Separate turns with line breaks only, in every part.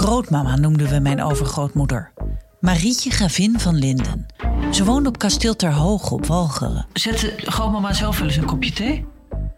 Grootmama noemden we mijn overgrootmoeder. Marietje Gravin van Linden. Ze woonde op kasteel Ter Hoge op Walcheren. Zette grootmama zelf wel eens een kopje thee?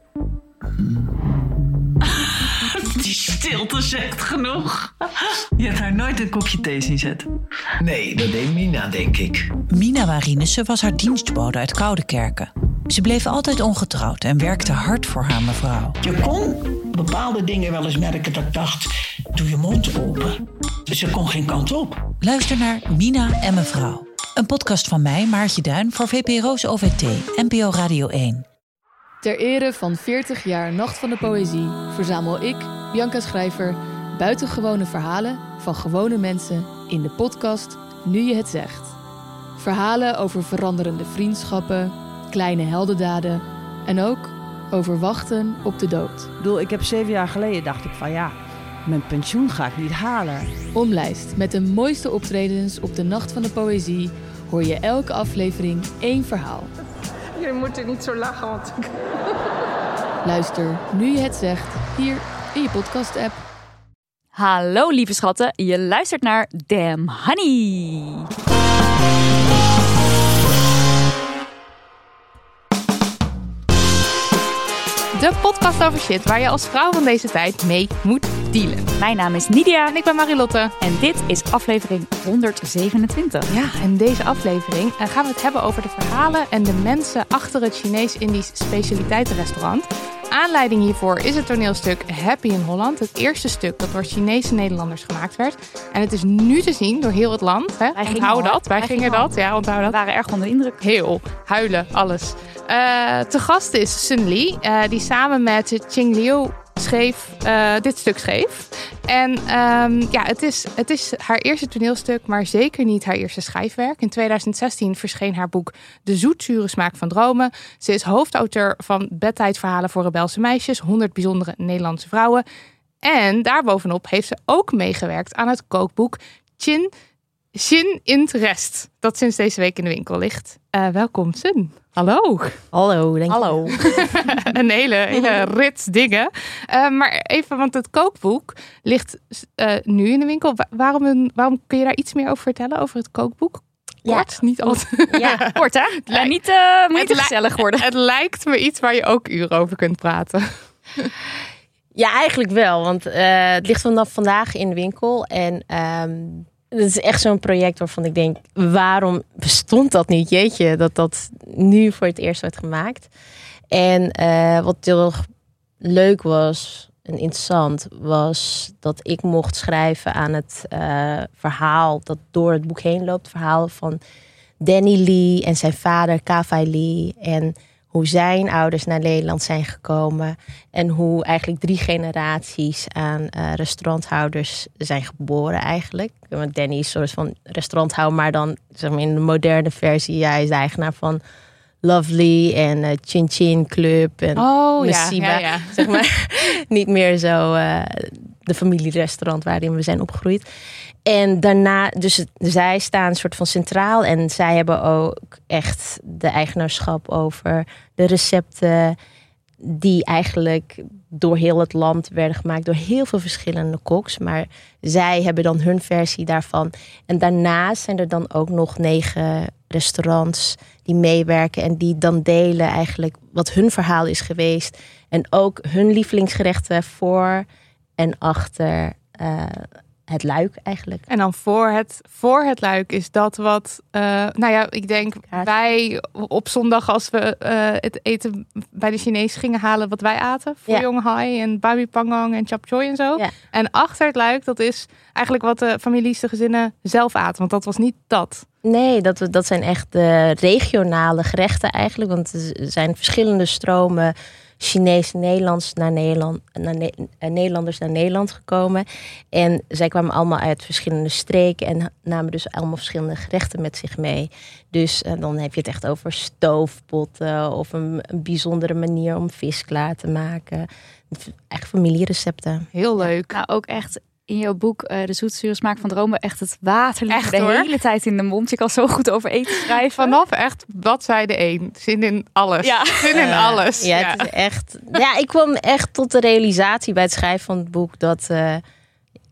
Die stilte zegt genoeg. Je hebt haar nooit een kopje thee zien zetten.
Nee, dat deed Mina, denk ik.
Mina Marinissen was haar dienstbode uit Koudekerke. Ze bleef altijd ongetrouwd en werkte hard voor haar mevrouw.
Je kon bepaalde dingen wel eens merken dat ik dacht, doe je mond open. Ze kon geen kant op.
Luister naar Mina en mevrouw. Een podcast van mij, Maartje Duin, voor VPRO's OVT, NPO Radio 1.
Ter ere van 40 jaar Nacht van de Poëzie verzamel ik, Bianca Schrijver, buitengewone verhalen van gewone mensen in de podcast Nu je het zegt. Verhalen over veranderende vriendschappen, kleine heldendaden en ook over wachten op de dood.
Ik heb 7 jaar geleden dacht ik van ja, mijn pensioen ga ik niet halen.
Omlijst met de mooiste optredens op de Nacht van de Poëzie hoor je elke aflevering 1 verhaal.
Je moet er niet zo lachen, want...
Luister Nu je het zegt hier in je podcast-app.
Hallo lieve schatten, je luistert naar Damn Honey.
De podcast over shit waar je als vrouw van deze tijd mee moet dealen.
Mijn naam is Nidia
En ik ben Marilotte.
en dit is aflevering 127.
Ja, in deze aflevering gaan we het hebben over de verhalen en de mensen achter het Chinees-Indisch specialiteitenrestaurant. Aanleiding hiervoor is het toneelstuk Happy in Holland. Het eerste stuk dat door Chinese Nederlanders gemaakt werd. En het is nu te zien door heel het land. Hè? Onthoud dat. Wij gingen dat. Ja, onthoud dat.
We waren erg onder de indruk.
Heel. Huilen, alles. Te gast is Sun Li, die samen met Qing Liu dit stuk schreef. En het is haar eerste toneelstuk, maar zeker niet haar eerste schrijfwerk. In 2016 verscheen haar boek De zoetzure smaak van dromen. Ze is hoofdauteur van bedtijdverhalen voor rebelse meisjes, 100 bijzondere Nederlandse vrouwen. En daarbovenop heeft ze ook meegewerkt aan het kookboek Chin Interest, dat sinds deze week in de winkel ligt. Welkom, Sun. Hallo.
Hallo, denk
Hallo.
Een hele rit dingen. Maar even, want het kookboek ligt nu in de winkel. Waarom kun je daar iets meer over vertellen, over het kookboek? Kort,
Ja.
niet altijd.
Ja, kort hè? Niet te gezellig worden.
Het lijkt me iets waar je ook uren over kunt praten.
Ja, eigenlijk wel. Want het ligt vanaf vandaag in de winkel. En het is echt zo'n project waarvan ik denk, waarom bestond dat niet? Jeetje, dat nu voor het eerst wordt gemaakt. En wat heel leuk was en interessant was dat ik mocht schrijven aan het verhaal dat door het boek heen loopt. Het verhaal van Danny Lee en zijn vader Kavai Lee. En hoe zijn ouders naar Nederland zijn gekomen. En hoe eigenlijk 3 generaties aan restauranthouders zijn geboren eigenlijk. Want Danny is een soort van restauranthouder, maar dan zeg maar in de moderne versie. Hij is de eigenaar van Lovely en Chin Chin Club en Masiba.
Ja.
Zeg maar. Niet meer zo de familierestaurant waarin we zijn opgegroeid. En daarna, dus zij staan een soort van centraal. En zij hebben ook echt de eigenaarschap over de recepten die eigenlijk door heel het land werden gemaakt door heel veel verschillende koks. Maar zij hebben dan hun versie daarvan. En daarnaast zijn er dan ook nog 9 restaurants die meewerken en die dan delen eigenlijk wat hun verhaal is geweest. En ook hun lievelingsgerechten voor en achter het luik eigenlijk.
En dan voor het luik is dat wat... ik denk wij op zondag als we het eten bij de Chinees gingen halen wat wij aten. Voor Jong Hai en Babi Pangang en Chap Choy en zo.
Ja.
En achter het luik, dat is eigenlijk wat de families, de gezinnen zelf aten. Want dat was niet dat.
Nee, dat zijn echt de regionale gerechten eigenlijk. Want er zijn verschillende stromen Chinese Nederlanders naar Nederland gekomen. En zij kwamen allemaal uit verschillende streken en namen dus allemaal verschillende gerechten met zich mee. Dus dan heb je het echt over stoofpotten of een bijzondere manier om vis klaar te maken. Echt familierecepten.
Heel leuk.
Nou, ook echt in jouw boek De zoetzure smaak van dromen echt het water liep
Echt,
de
hoor.
hele tijd in de mond. Je kan zo goed over eten schrijven.
Vanaf echt bladzijde 1. Zin in alles.
Ja.
Zin in alles.
Ja, het is echt. Ja, ik kwam echt tot de realisatie bij het schrijven van het boek dat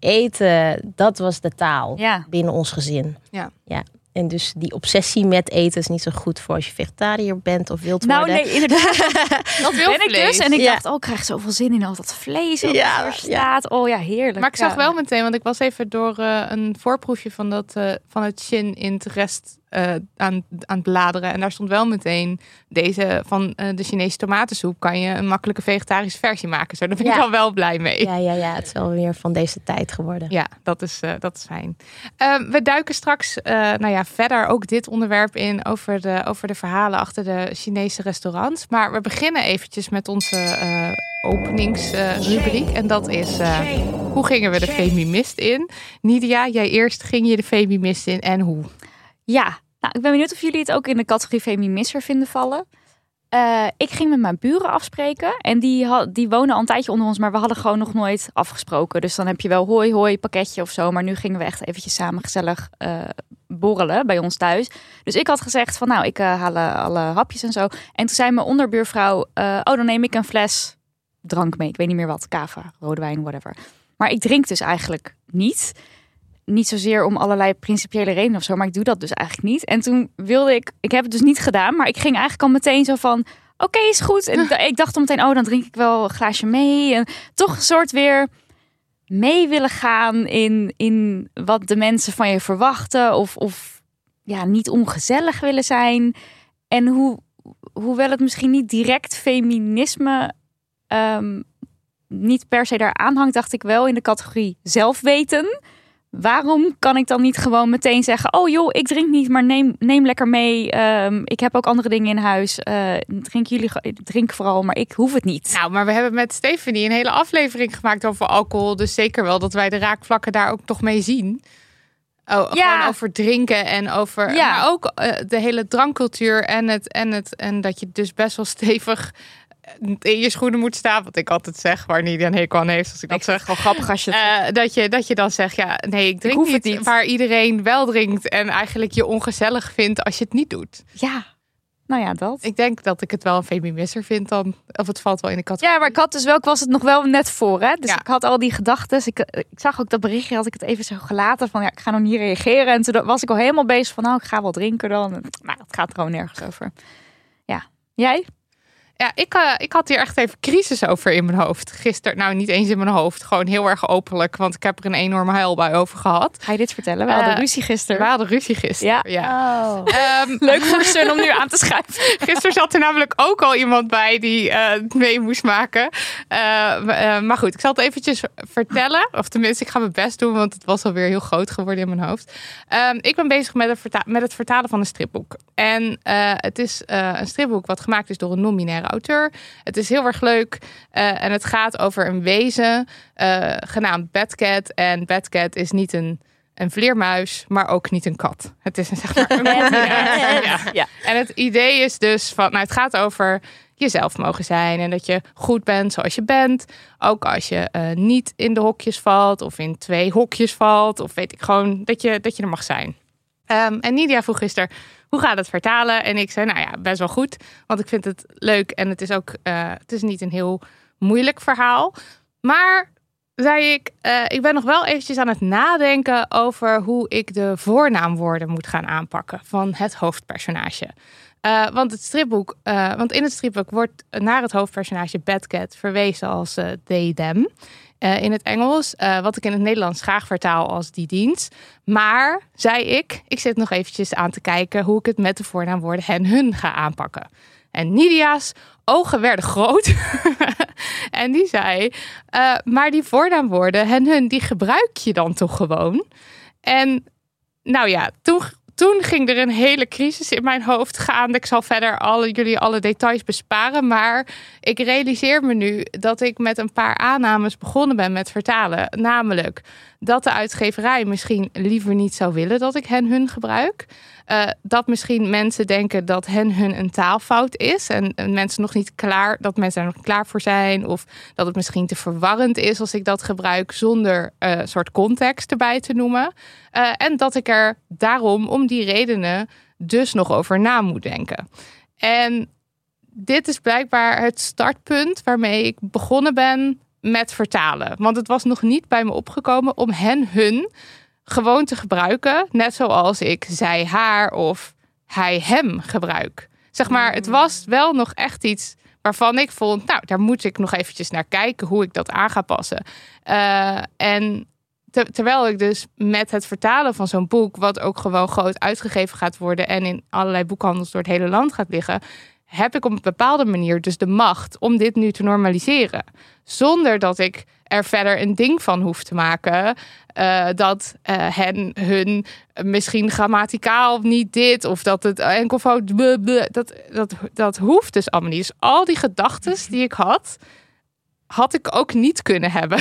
eten, dat was de taal
Ja.
binnen ons gezin.
Ja.
En dus die obsessie met eten is niet zo goed voor als je vegetariër bent of wilt
Nou,
worden.
nee, inderdaad. Dat
Veel
ben ik
vlees.
dus. En ik
Ja.
dacht, ik krijg zoveel zin in al dat vlees op
Ja,
er staat. Oh ja, heerlijk.
Maar ik zag
Ja.
wel meteen, want ik was even door een voorproefje van het Chin in het rest aan het bladeren. En daar stond wel meteen deze van de Chinese tomatensoep. Kan je een makkelijke vegetarische versie maken. Zo, daar ben ik
Ja.
al wel blij mee.
Ja, het is wel weer van deze tijd geworden.
Ja, dat is fijn. We duiken straks verder ook dit onderwerp in over de verhalen achter de Chinese restaurants. Maar we beginnen eventjes met onze openingsrubriek. En dat is, hoe gingen we de Femimist in? Nidia, jij eerst, ging je de Femimist in en hoe?
Ja, nou, ik ben benieuwd of jullie het ook in de categorie feminisser vinden vallen. Ik ging met mijn buren afspreken. En die wonen al een tijdje onder ons, maar we hadden gewoon nog nooit afgesproken. Dus dan heb je wel hoi pakketje of zo. Maar nu gingen we echt eventjes samen gezellig borrelen bij ons thuis. Dus ik had gezegd van ik haal alle hapjes en zo. En toen zei mijn onderbuurvrouw, dan neem ik een fles drank mee. Ik weet niet meer wat, cava, rode wijn, whatever. Maar ik drink dus eigenlijk niet. Niet zozeer om allerlei principiële redenen of zo, maar ik doe dat dus eigenlijk niet. En toen wilde ik heb het dus niet gedaan, maar ik ging eigenlijk al meteen zo van, oké, is goed. En ik dacht al meteen, dan drink ik wel een glaasje mee. En toch een soort weer mee willen gaan in wat de mensen van je verwachten. Of niet ongezellig willen zijn. En hoewel het misschien niet direct feminisme niet per se daar aanhangt, dacht ik wel in de categorie zelfweten. Waarom kan ik dan niet gewoon meteen zeggen, oh joh, ik drink niet, maar neem lekker mee. Ik heb ook andere dingen in huis. Drink vooral, maar ik hoef het niet.
Nou, maar we hebben met Stephanie een hele aflevering gemaakt over alcohol. Dus zeker wel dat wij de raakvlakken daar ook nog mee zien. Gewoon over drinken en over maar ook de hele drankcultuur en dat je dus best wel stevig in je schoenen moet staan. Wat ik altijd zeg, waar niet een hekel aan heeft als ik dat zeg.
Gewoon grappig als je
dat je dan zegt, ik drink niet. Waar iedereen wel drinkt en eigenlijk je ongezellig vindt als je het niet doet.
Ja, nou ja, dat.
Ik denk dat ik het wel een feminisser vind dan. Of het valt wel in de categorie.
Ja, maar ik was het nog wel net voor. Hè? Dus ik had al die gedachten. Ik zag ook dat berichtje, had ik het even zo gelaten. Van ik ga nog niet reageren. En toen was ik al helemaal bezig van, ik ga wel drinken dan. Maar dat gaat gewoon nergens over. Ja, jij?
Ja, ik had hier echt even crisis over in mijn hoofd. Gisteren, nou niet eens in mijn hoofd. Gewoon heel erg openlijk, want ik heb er een enorme huilbui over gehad.
Ga je dit vertellen? We hadden ruzie gisteren.
Ja.
Oh. Leuk voor Sun om nu aan te schrijven.
Gisteren zat er namelijk ook al iemand bij die mee moest maken. Maar goed, ik zal het eventjes vertellen. Of tenminste, ik ga mijn best doen, want het was alweer heel groot geworden in mijn hoofd. Ik ben bezig met het vertalen van een stripboek. En het is een stripboek wat gemaakt is door een non-binaire auteur. Het is heel erg leuk en het gaat over een wezen genaamd Batcat. En Batcat is niet een vleermuis, maar ook niet een kat. Het is zeg maar een ja. En het idee is dus van, het gaat over jezelf mogen zijn en dat je goed bent zoals je bent. Ook als je niet in de hokjes valt of in 2 hokjes valt of weet ik gewoon dat je er mag zijn. En Nidia vroeg gisteren, hoe gaat het vertalen? En ik zei, best wel goed. Want ik vind het leuk en het is ook, het is niet een heel moeilijk verhaal. Maar, zei ik ben nog wel eventjes aan het nadenken over hoe ik de voornaamwoorden moet gaan aanpakken van het hoofdpersonage. Want in het stripboek wordt naar het hoofdpersonage Batcat verwezen als they, them. In het Engels, wat ik in het Nederlands graag vertaal als die dienst. Maar, zei ik zit nog eventjes aan te kijken hoe ik het met de voornaamwoorden hen, hun ga aanpakken. En Nidia's ogen werden groot. En die zei, maar die voornaamwoorden hen, hun, die gebruik je dan toch gewoon? En toen ging er een hele crisis in mijn hoofd gaande. Ik zal verder jullie alle details besparen. Maar ik realiseer me nu dat ik met een paar aannames begonnen ben met vertalen. Namelijk dat de uitgeverij misschien liever niet zou willen dat ik hen, hun gebruik. Dat misschien mensen denken dat hen, hun een taalfout is. En mensen nog niet klaar, dat mensen er nog klaar voor zijn. Of dat het misschien te verwarrend is als ik dat gebruik zonder soort context erbij te noemen. En dat ik er daarom, om die redenen, dus nog over na moet denken. En dit is blijkbaar het startpunt waarmee ik begonnen ben met vertalen. Want het was nog niet bij me opgekomen om hun gewoon te gebruiken. Net zoals ik zij haar of hij hem gebruik. Zeg maar, het was wel nog echt iets waarvan ik vond, nou, daar moet ik nog eventjes naar kijken hoe ik dat aan ga passen. En terwijl ik dus met het vertalen van zo'n boek, wat ook gewoon groot uitgegeven gaat worden en in allerlei boekhandels door het hele land gaat liggen, heb ik op een bepaalde manier dus de macht om dit nu te normaliseren. Zonder dat ik er verder een ding van hoef te maken. Dat hun misschien grammaticaal niet dit. Of dat het enkelvoud. Dat hoeft dus allemaal niet. Dus al die gedachten die ik had ik ook niet kunnen hebben.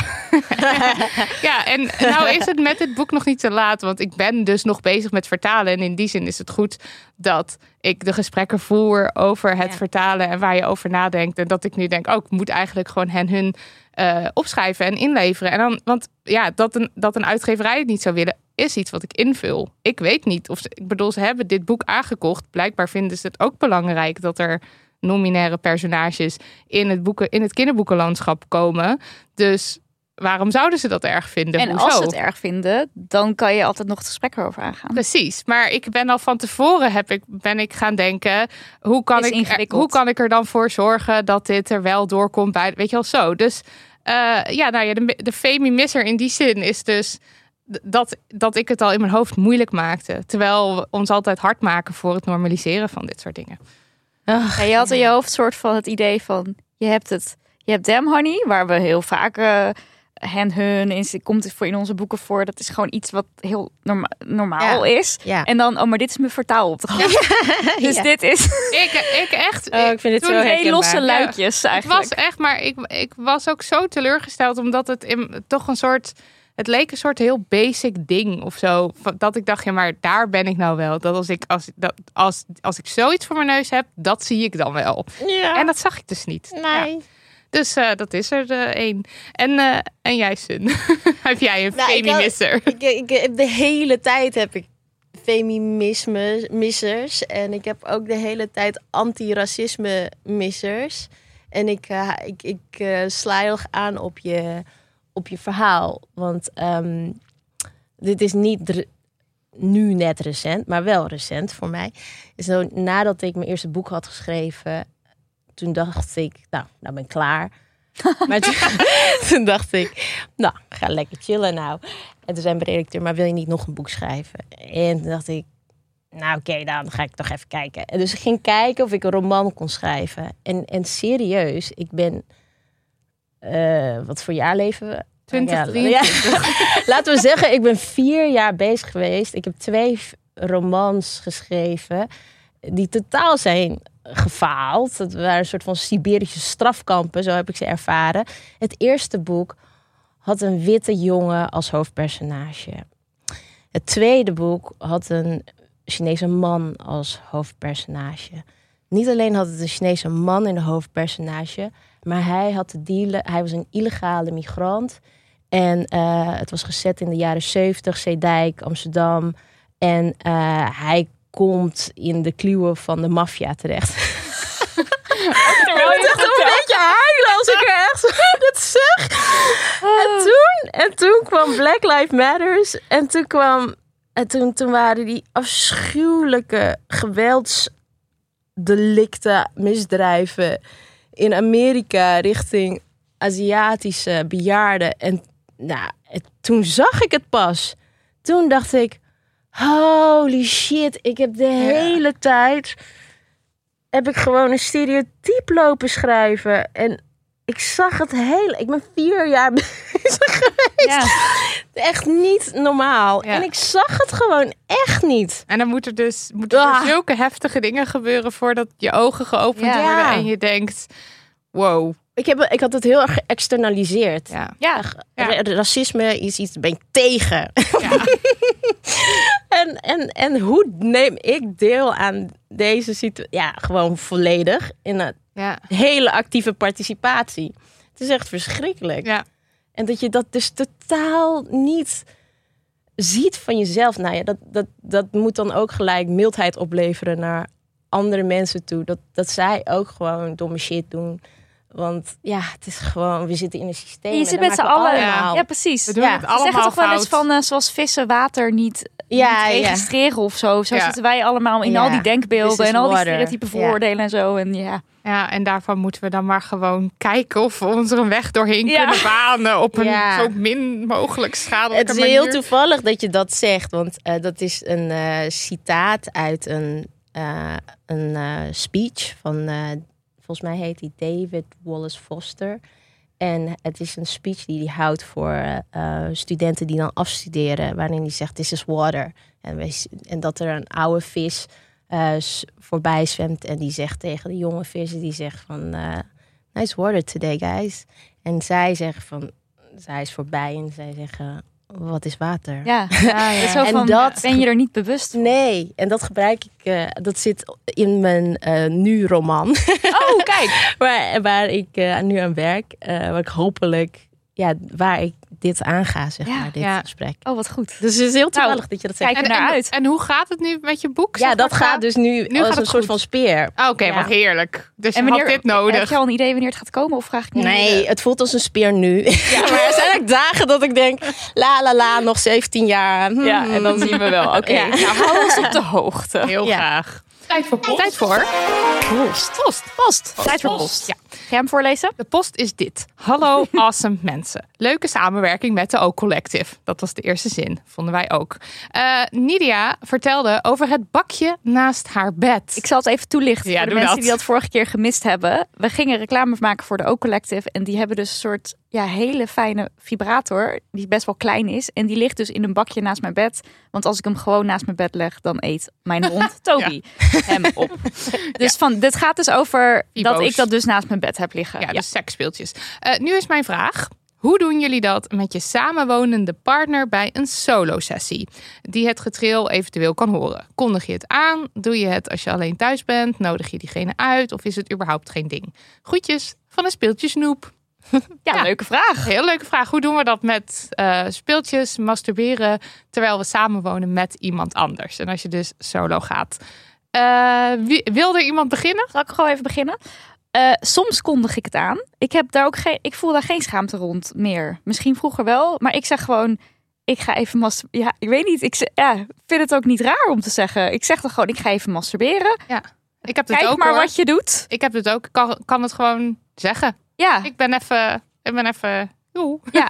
Ja, en nou is het met dit boek nog niet te laat. Want ik ben dus nog bezig met vertalen. En in die zin is het goed dat ik de gesprekken voer over het vertalen en waar je over nadenkt. En dat ik nu denk, ik moet eigenlijk gewoon hun opschrijven en inleveren. En dan, want ja, dat een uitgeverij het niet zou willen, is iets wat ik invul. Ik weet niet of ze hebben dit boek aangekocht. Blijkbaar vinden ze het ook belangrijk dat er non-binaire personages in het kinderboekenlandschap komen. Dus waarom zouden ze dat erg vinden?
En
Hoezo?
als ze het erg vinden, dan kan je altijd nog het gesprek erover aangaan.
Precies, maar ik ben al van tevoren ben ik gaan denken, hoe kan ik er dan voor zorgen dat dit er wel doorkomt bij, weet je wel zo. Dus de femimisser in die zin is dus dat ik het al in mijn hoofd moeilijk maakte. Terwijl we ons altijd hard maken voor het normaliseren van dit soort dingen.
Ja, je had in je hoofd soort van het idee van, je hebt Damn Honey, waar we heel vaak hun, komt voor in onze boeken voor. Dat is gewoon iets wat heel normaal is. Ja. En dan, maar dit is mijn vertaalopdracht. Dus dit is...
Ik echt... ik vind het zo
twee losse luikjes eigenlijk.
Het was echt, maar ik was ook zo teleurgesteld, omdat het toch een soort... Het leek een soort heel basic ding of zo. Dat ik dacht, ja, maar daar ben ik nou wel. Dat als ik zoiets voor mijn neus heb, dat zie ik dan wel. Ja. En dat zag ik dus niet.
Nee.
Ja. Dus dat is er één. En jij, Sun? Heb jij een femimisser?
Ik heb de hele tijd feminisme-missers. En ik heb ook de hele tijd anti-racisme-missers. En ik sla heel erg aan op je verhaal. Want dit is niet nu net recent, maar wel recent voor mij. Zo, nadat ik mijn eerste boek had geschreven, toen dacht ik, nou ben ik klaar. Maar toen dacht ik, ga lekker chillen nou. En toen zei mijn redacteur, maar wil je niet nog een boek schrijven? En toen dacht ik, oké, dan ga ik toch even kijken. En dus ik ging kijken of ik een roman kon schrijven. En serieus, ik ben... wat voor jaar leven we?
2023.
Laten we zeggen, ik ben 4 jaar bezig geweest. Ik heb 2 romans geschreven die totaal zijn gefaald. Dat waren een soort van Siberische strafkampen, zo heb ik ze ervaren. Het eerste boek had een witte jongen als hoofdpersonage. Het tweede boek had een Chinese man als hoofdpersonage. Niet alleen had het een Chinese man in de hoofdpersonage, maar hij had te dealen. Hij was een illegale migrant. En het was gezet in de jaren 70, Zeedijk, Amsterdam. En hij komt in de kluwen van de maffia terecht. Terwijl ik dacht een beetje huilen als ik er echt dat zeg. En toen kwam Black Lives Matters. En toen waren die afschuwelijke geweldsdelicten, misdrijven in Amerika richting Aziatische bejaarden. En toen zag ik het pas. Toen dacht ik, holy shit, ik heb de hele tijd gewoon een stereotype lopen schrijven. En ik zag het ik ben 4 jaar bezig geweest. Ja. Echt niet normaal. Ja. En ik zag het gewoon echt niet.
En dan moeten er zulke heftige dingen gebeuren voordat je ogen geopend worden en je denkt, wow.
Ik had het heel erg geëxternaliseerd. Ja. Racisme is iets, ben ik tegen. Ja. en hoe neem ik deel aan deze situatie? Ja, gewoon volledig. In een hele actieve participatie. Het is echt verschrikkelijk. Ja. En dat je dat dus totaal niet ziet van jezelf. Nou ja, dat moet dan ook gelijk mildheid opleveren naar andere mensen toe. Dat zij ook gewoon domme shit doen. Want ja, het is gewoon, we zitten in een systeem.
Je zit met z'n allen. Ja, precies.
We doen het allemaal
ze zeggen toch wel eens
fout.
van, zoals vissen water niet registreren of zo. Zo zitten wij allemaal in al die denkbeelden en al die stereotype vooroordelen en zo. En
Ja, en daarvan moeten we dan maar gewoon kijken of we ons er een weg doorheen kunnen banen op een zo min mogelijk schadelijke manier.
Het is heel toevallig dat je dat zegt, want dat is een citaat uit een speech van, volgens mij heet hij David Wallace Foster. En het is een speech die hij houdt voor studenten die dan afstuderen, waarin hij zegt, this is water. En dat er een oude vis voorbij zwemt en die zegt tegen de jonge vissen, die zegt van nice water today guys. En zij zeggen van, zij is voorbij en zij zeggen, wat is water?
Ja. Zo van, dat ben je er niet bewust van?
Nee, en dat gebruik ik, dat zit in mijn nu-roman.
Oh, kijk.
waar ik nu aan werk, waar ik hopelijk, waar ik dit aanga, zeg maar, dit gesprek.
Oh, wat goed.
Dus het is heel toevallig dat je dat zegt.
Kijk er naar uit.
En hoe gaat het nu met je boek?
Ja, dat gaat dus nu als
gaat
een soort van speer.
Oké, wat heerlijk. Dus
en
je had dit nodig.
Heb je al een idee wanneer het gaat komen? Of vraag ik niet?
Nee, het voelt als een speer nu. Maar er zijn ook dagen dat ik denk, nog 17 jaar.
Ja, en dan zien we wel. Oké, nou, hou ons op de hoogte.
Heel graag. Tijd voor post. Tijd voor
post. Tijd voor post. Ja. Ga je hem voorlezen?
De post is dit. Hallo awesome mensen. Leuke samenwerking met de O Collective. Dat was de eerste zin. Vonden wij ook. Nidia vertelde over het bakje naast haar bed.
Ik zal het even toelichten voor de mensen die dat vorige keer gemist hebben. We gingen reclame maken voor de O Collective. En die hebben dus een soort hele fijne vibrator. Die best wel klein is. En die ligt dus in een bakje naast mijn bed. Want als ik hem gewoon naast mijn bed leg, dan eet mijn hond Toby hem op. Dus dit gaat dus over dat ik dat dus naast mijn bed heb liggen.
Ja, dus seksspeeltjes. Nu is mijn vraag. Hoe doen jullie dat met je samenwonende partner bij een solo-sessie? Die het getril eventueel kan horen. Kondig je het aan? Doe je het als je alleen thuis bent? Nodig je diegene uit? Of is het überhaupt geen ding? Groetjes van een speeltjesnoep.
Ja, leuke vraag.
Heel leuke vraag. Hoe doen we dat met speeltjes, masturberen, terwijl we samenwonen met iemand anders? En als je dus solo gaat. Wil er iemand beginnen?
Zal ik gewoon even beginnen? Soms kondig ik het aan. Ik voel daar geen schaamte rond meer. Misschien vroeger wel, maar ik zeg gewoon, ik ga even masturberen. Ja, ik weet niet. Ik vind het ook niet raar om te zeggen. Ik zeg dan gewoon, ik ga even masturberen.
Ja, ik heb het
Kijk
ook.
Maar wat je doet.
Ik heb het ook. Ik kan het gewoon zeggen.
Ja.
Ik ben even.
Ja,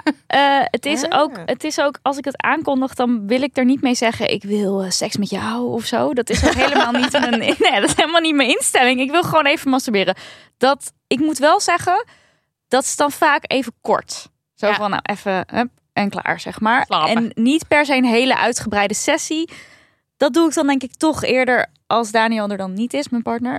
het is ook, als ik het aankondig, dan wil ik er niet mee zeggen, ik wil seks met jou of zo. Dat is ook helemaal niet dat is helemaal niet mijn instelling. Ik wil gewoon even masturberen. Ik moet wel zeggen, dat is dan vaak even kort. Zo van, nou even en klaar, zeg maar.
Slapen.
En niet per se een hele uitgebreide sessie. Dat doe ik dan denk ik toch eerder als Daniel er dan niet is, mijn partner.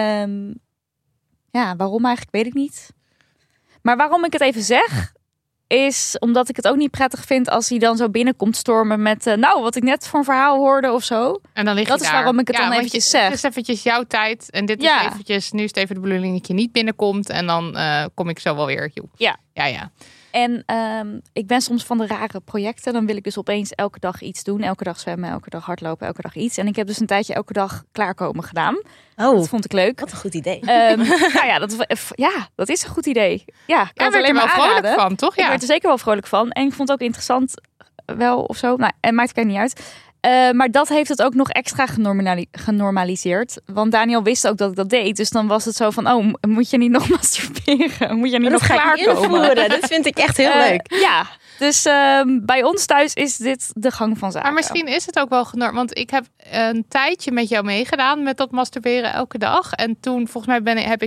Waarom eigenlijk, weet ik niet. Maar waarom ik het even zeg, is omdat ik het ook niet prettig vind als hij dan zo binnenkomt stormen met wat ik net voor een verhaal hoorde of zo.
En dan ligt
dat is waarom ik het dan eventjes zeg.
Het is eventjes jouw tijd en dit is eventjes, nu is het even de bedoeling dat je niet binnenkomt en dan kom ik zo wel weer. Ja.
En ik ben soms van de rare projecten. Dan wil ik dus opeens elke dag iets doen. Elke dag zwemmen, elke dag hardlopen, elke dag iets. En ik heb dus een tijdje elke dag klaarkomen gedaan.
Oh,
dat vond ik leuk.
Wat een goed idee.
Dat is een goed idee. Ja, ik
werd er wel vrolijk van, toch? Ja.
Ik werd er zeker wel vrolijk van. En ik vond het ook interessant wel of zo. Nou, en maakt het niet uit. Maar dat heeft het ook nog extra genormaliseerd. Want Daniel wist ook dat ik dat deed. Dus dan was het zo van, moet je niet nog masturberen? Moet je niet nog klaarkomen?
Dat vind ik echt heel leuk.
Ja, dus bij ons thuis is dit de gang van zaken.
Maar misschien is het ook wel want ik heb een tijdje met jou meegedaan met dat masturberen elke dag. En toen, volgens mij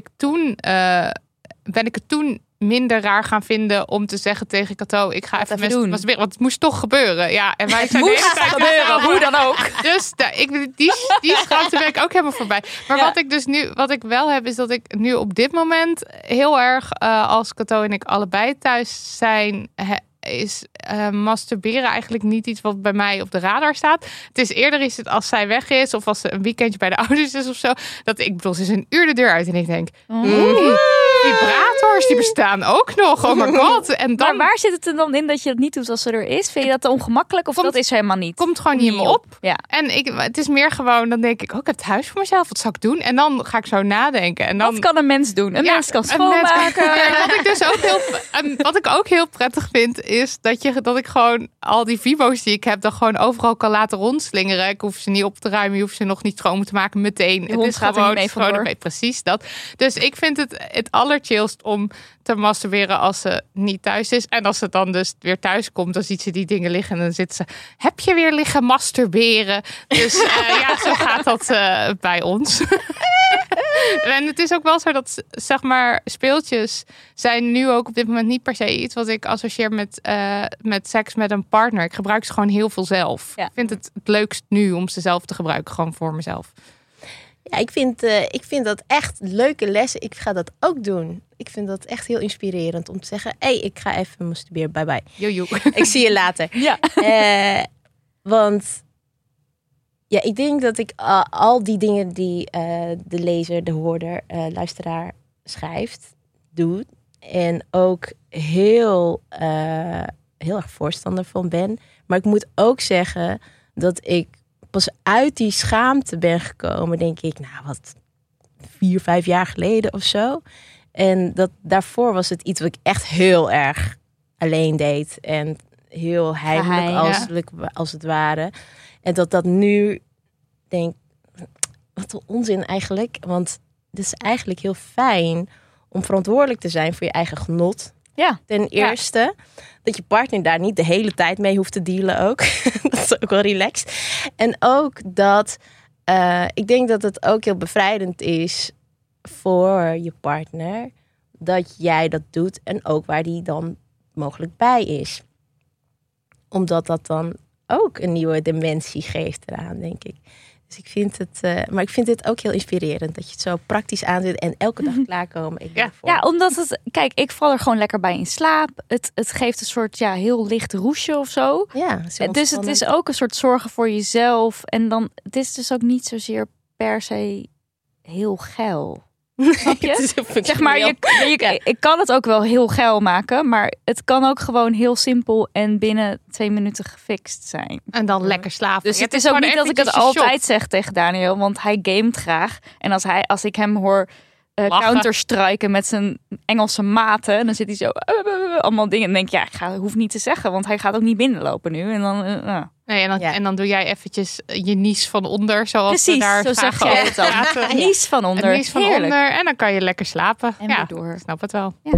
ben ik het toen minder raar gaan vinden om te zeggen tegen Cato, ik ga even doen. Masturberen, want het moest toch gebeuren. Ja, en wij zijn
moest gebeuren, hoe dan ook.
Dus die schaamte ben ik ook helemaal voorbij. Maar wat ik wel heb, is dat ik nu op dit moment heel erg, als Cato en ik allebei thuis zijn, is masturberen eigenlijk niet iets wat bij mij op de radar staat. Het is eerder als zij weg is of als ze een weekendje bij de ouders is of zo. Dat ik bedoel, ze is een uur de deur uit en ik denk, Vibrators, die bestaan ook nog. Oh my god. En dan...
Maar waar zit het er dan in dat je het niet doet als ze er is? Vind je dat te ongemakkelijk of dat is helemaal niet?
Komt gewoon niet in me op.
Ja.
En het is meer gewoon, dan denk ik, ik heb het huis voor mezelf. Wat zou ik doen? En dan ga ik zo nadenken. En dan...
Wat kan een mens doen? Een mens kan schoonmaken.
Wat ik ook heel prettig vind, is dat ik gewoon al die Vibo's die ik heb, dan gewoon overal kan laten rondslingeren. Ik hoef ze niet op te ruimen. Je hoeft ze nog niet schoon te maken meteen.
Het is gaat er niet mee vandoor.
Precies dat. Dus ik vind het allerchillst om te masturberen als ze niet thuis is. En als ze dan dus weer thuis komt, dan ziet ze die dingen liggen en dan zit ze, heb je weer liggen masturberen? Dus zo gaat dat bij ons. En het is ook wel zo dat, zeg maar, speeltjes zijn nu ook op dit moment niet per se iets wat ik associeer met seks met een partner. Ik gebruik ze gewoon heel veel zelf. Ja. Ik vind het leukst nu om ze zelf te gebruiken, gewoon voor mezelf.
Ja, ik vind dat echt leuke lessen. Ik ga dat ook doen. Ik vind dat echt heel inspirerend om te zeggen, ik ga even masturberen, bye bye.
Jojo.
Ik zie je later. Ja. Want ja, ik denk dat ik al die dingen die de lezer, de hoorder, luisteraar schrijft, doe. En ook heel erg voorstander van ben. Maar ik moet ook zeggen dat ik pas uit die schaamte ben gekomen, denk ik, 4-5 jaar geleden of zo. En daarvoor was het iets wat ik echt heel erg alleen deed. En heel heimelijk als het ware. En dat nu denk, wat een onzin eigenlijk. Want het is eigenlijk heel fijn om verantwoordelijk te zijn voor je eigen genot. Ja. Ten eerste, dat je partner daar niet de hele tijd mee hoeft te dealen ook. Dat is ook wel relaxed. En ook dat, ik denk dat het ook heel bevrijdend is voor je partner dat jij dat doet en ook waar die dan mogelijk bij is. Omdat dat dan ook een nieuwe dimensie geeft eraan, denk ik. Dus ik vind het, maar ik vind het ook heel inspirerend dat je het zo praktisch aanzet en elke dag klaarkomen.
Ja, omdat het, kijk, ik val er gewoon lekker bij in slaap. Het geeft een soort heel licht roesje of zo. Ja, dus het is ook een soort zorgen voor jezelf. En dan, het is dus ook niet zozeer per se heel geil. Snap je? Zeg maar, ik kan het ook wel heel geil maken, maar het kan ook gewoon heel simpel en binnen 2 minuten gefixt zijn.
En dan lekker slapen.
Dus het is ook niet dat ik het altijd zeg tegen Daniel, want hij gamet graag. En als ik hem hoor counterstriken met zijn Engelse maten, dan zit hij zo allemaal dingen. En denk ik, hoef niet te zeggen, want hij gaat ook niet binnenlopen nu. En dan...
Nee, en dan doe jij eventjes je nies van onder, zoals
precies,
we daar
zo zeg je het dan. Nies van onder.
Nies van onder en dan kan je lekker slapen.
En weer door.
Ik snap het wel. Ja.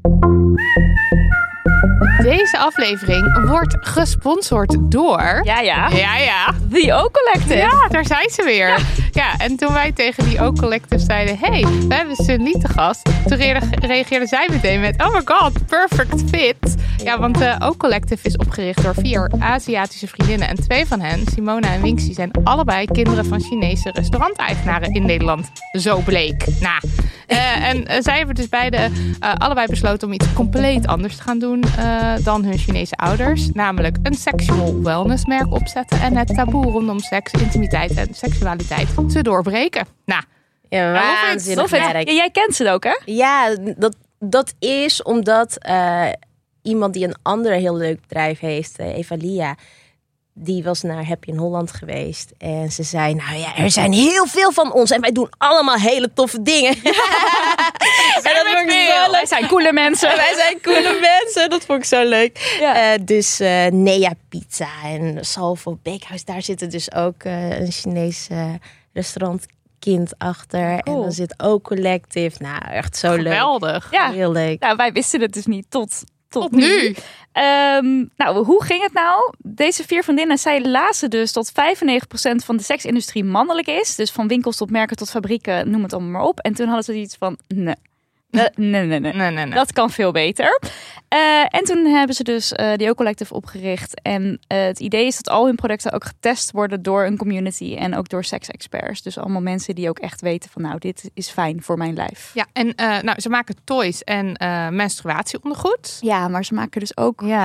Deze aflevering wordt gesponsord door...
Ja.
The O Collective. Ja, daar zijn ze weer. Ja, en toen wij tegen die O Collective zeiden, hey, we hebben Sun-Li te gast. Toen reageerde zij meteen met, oh my god, perfect fit. Ja, want de O Collective is opgericht door 4 Aziatische vriendinnen. En 2 van hen, Simona en Winxie, zijn allebei kinderen van Chinese restauranteigenaren in Nederland. Zo bleek. En zij hebben dus allebei besloten om iets compleet anders te gaan doen dan hun Chinese ouders. Namelijk een sexual wellness merk opzetten en het taboe rondom seks, intimiteit en seksualiteit te doorbreken.
Ja, waanzinnig merk.
Jij kent ze ook, hè?
Ja, dat is omdat iemand die een ander heel leuk bedrijf heeft, Evalia, die was naar Happy in Holland geweest. En ze zei, er zijn heel veel van ons. En wij doen allemaal hele toffe dingen. En
dat vond ik zo leuk. Wij zijn coole mensen.
Dat vond ik zo leuk. Ja. Dus Nea Pizza en Salvo Bakehouse. Daar zitten dus ook een Chinees restaurantkind achter. Cool. En dan zit ook Collective. Echt zo leuk.
Geweldig.
Ja.
Heel leuk.
Nou, wij wisten het dus niet tot nu. Hoe ging het nou? Deze 4 vriendinnen, zij lazen dus dat 95% van de seksindustrie mannelijk is. Dus van winkels tot merken tot fabrieken, noem het allemaal maar op. En toen hadden ze iets van, nee. Dat kan veel beter. En toen hebben ze dus die O Collective opgericht. En het idee is dat al hun producten ook getest worden door een community en ook door seksexperts. Dus allemaal mensen die ook echt weten van dit is fijn voor mijn lijf.
Ja, en ze maken toys en menstruatieondergoed.
Ja, maar ze maken dus ook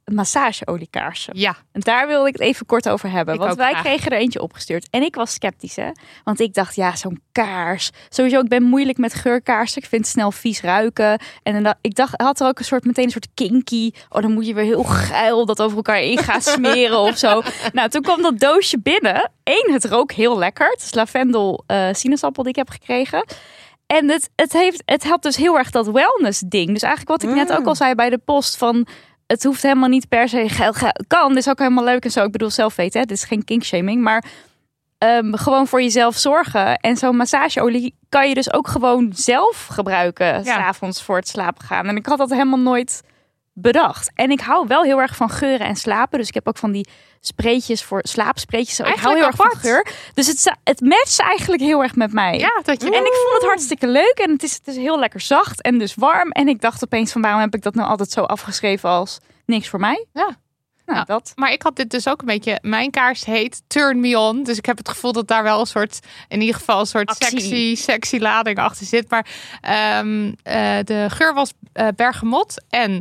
massageoliekaarsen.
Ja.
En daar wilde ik het even kort over hebben.
Ik
Want
ook
wij
graag.
kregen er eentje opgestuurd. En ik was sceptisch, hè. Want ik dacht, ja, zo'n kaars. Sowieso, ik ben moeilijk met geurkaarsen. Ik vind het snel vies ruiken. En dan, ik dacht, had er ook meteen een soort kinky. Oh, dan moet je weer heel geil dat over elkaar in gaan smeren of zo. Nou, toen kwam dat doosje binnen. Het rook heel lekker. Het is lavendel sinaasappel die ik heb gekregen. En het helpt dus heel erg dat wellness ding. Dus eigenlijk wat ik net ook al zei bij de post van... Het hoeft helemaal niet per se kan. Dit is ook helemaal leuk en zo. Ik bedoel, zelf weten, hè? Dit is geen kinkshaming. Maar gewoon voor jezelf zorgen. En zo'n massageolie kan je dus ook gewoon zelf gebruiken. 's Avonds voor het slapen gaan. En ik had dat helemaal nooit bedacht. En ik hou wel heel erg van geuren en slapen. Dus ik heb ook van die spreetjes voor slaapspreetjes. Ik hou heel erg van geur. Dus het matcht eigenlijk heel erg met mij.
Ja,
En ik vond het hartstikke leuk. En het is heel lekker zacht en dus warm. En ik dacht opeens van waarom heb ik dat nou altijd zo afgeschreven als niks voor mij?
Ja.
Nou, dat.
Maar ik had dit dus ook een beetje... Mijn kaars heet Turn Me On. Dus ik heb het gevoel dat daar wel een soort... In ieder geval een soort sexy lading achter zit. Maar de geur was bergamot en...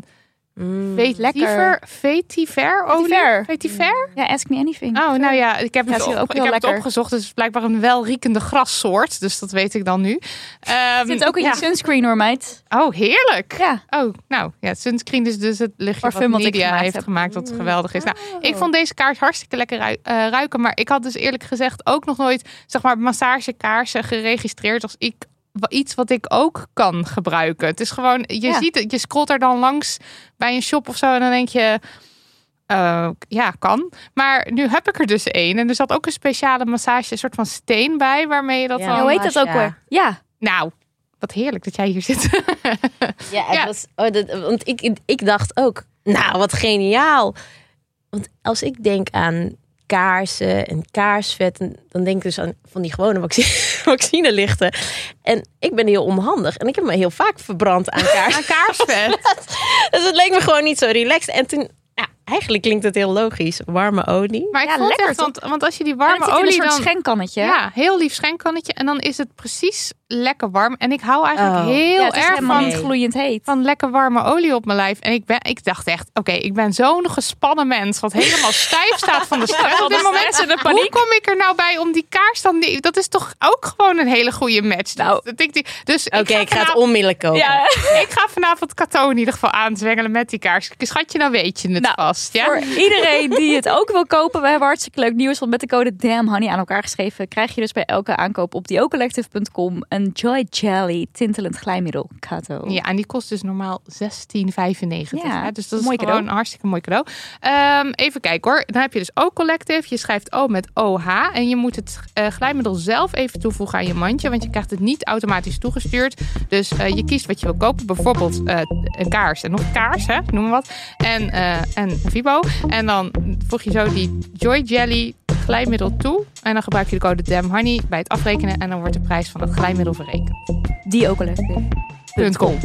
Vetiver olie? Vetiver?
Ja, ask me anything.
Oh, nou ja, ik heb het
lekker
opgezocht. Dus het is blijkbaar een welriekende grassoort. Dus dat weet ik dan nu.
Zit ook in je sunscreen hoor, meid.
Oh, heerlijk.
Ja.
Oh, nou ja, sunscreen is dus het lichtje
Parfum
wat
wat ik
Nidia
gemaakt
heeft
heb.
gemaakt. Wat geweldig is. Nou, ik vond deze kaars hartstikke lekker ruiken. Maar ik had dus eerlijk gezegd ook nog nooit, zeg maar, massagekaarsen geregistreerd als iets wat ik ook kan gebruiken. Het is gewoon, je ziet het, je scrolt er dan langs bij een shop of zo en dan denk je, ja, kan. Maar nu heb ik er dus één en er zat ook een speciale massage, een soort van steen bij, waarmee je dat dan...
Hoe heet dat ook weer? Ja.
Nou, wat heerlijk dat jij hier zit.
Ja, het was, want ik dacht ook, nou, wat geniaal. Want als ik denk aan kaarsen en kaarsvet, dan denk ik dus aan van die gewone vaccinelichten. En ik ben heel onhandig en ik heb me heel vaak verbrand aan
kaarsvet.
Dus het leek me gewoon niet zo relaxed. En toen, ja, eigenlijk klinkt het heel logisch. Warme olie.
Maar ik
Ja,
vond
lekker,
echt, want als je die warme
een
olie
soort
dan...
schenkkannetje.
Ja, heel lief schenkkannetje. En dan is het precies lekker warm. En ik hou eigenlijk heel
het is
erg
helemaal
van...
niet gloeiend heet.
Van lekker warme olie op mijn lijf. En ik dacht echt, oké, ik ben zo'n gespannen mens. Wat helemaal stijf staat van de stress op dit moment.
En de paniek.
Hoe kom ik er nou bij om die kaars dan... Dat is toch ook gewoon een hele goede match.
Nou,
dus
Oké, ik ga het onmiddellijk kopen.
Ja.
Ik ga vanavond Cato in ieder geval aanzwengelen met die kaars. Schatje, nou weet je het vast. Ja?
Voor iedereen die het ook wil kopen, we hebben hartstikke leuk nieuws. Want met de code DAMNHONEY aan elkaar geschreven, krijg je dus bij elke aankoop op theocollective.com een Joy Jelly tintelend glijmiddel Cato.
Ja, en die kost dus normaal €16,95.
Ja,
hè? Dus dat is
mooi
gewoon
cadeau.
een hartstikke mooi cadeau. Even kijken hoor. Dan heb je dus O Collective. Je schrijft O met OH. En je moet het glijmiddel zelf even toevoegen aan je mandje. Want je krijgt het niet automatisch toegestuurd. Dus je kiest wat je wil kopen. Bijvoorbeeld een kaars. En nog een kaars, hè? Noem maar wat. En Vibo. En dan voeg je zo die Joy Jelly glijmiddel toe. En dan gebruik je de code DAMNHONEY bij het afrekenen. En dan wordt de prijs van het glijmiddel verrekend.
theocollective.com.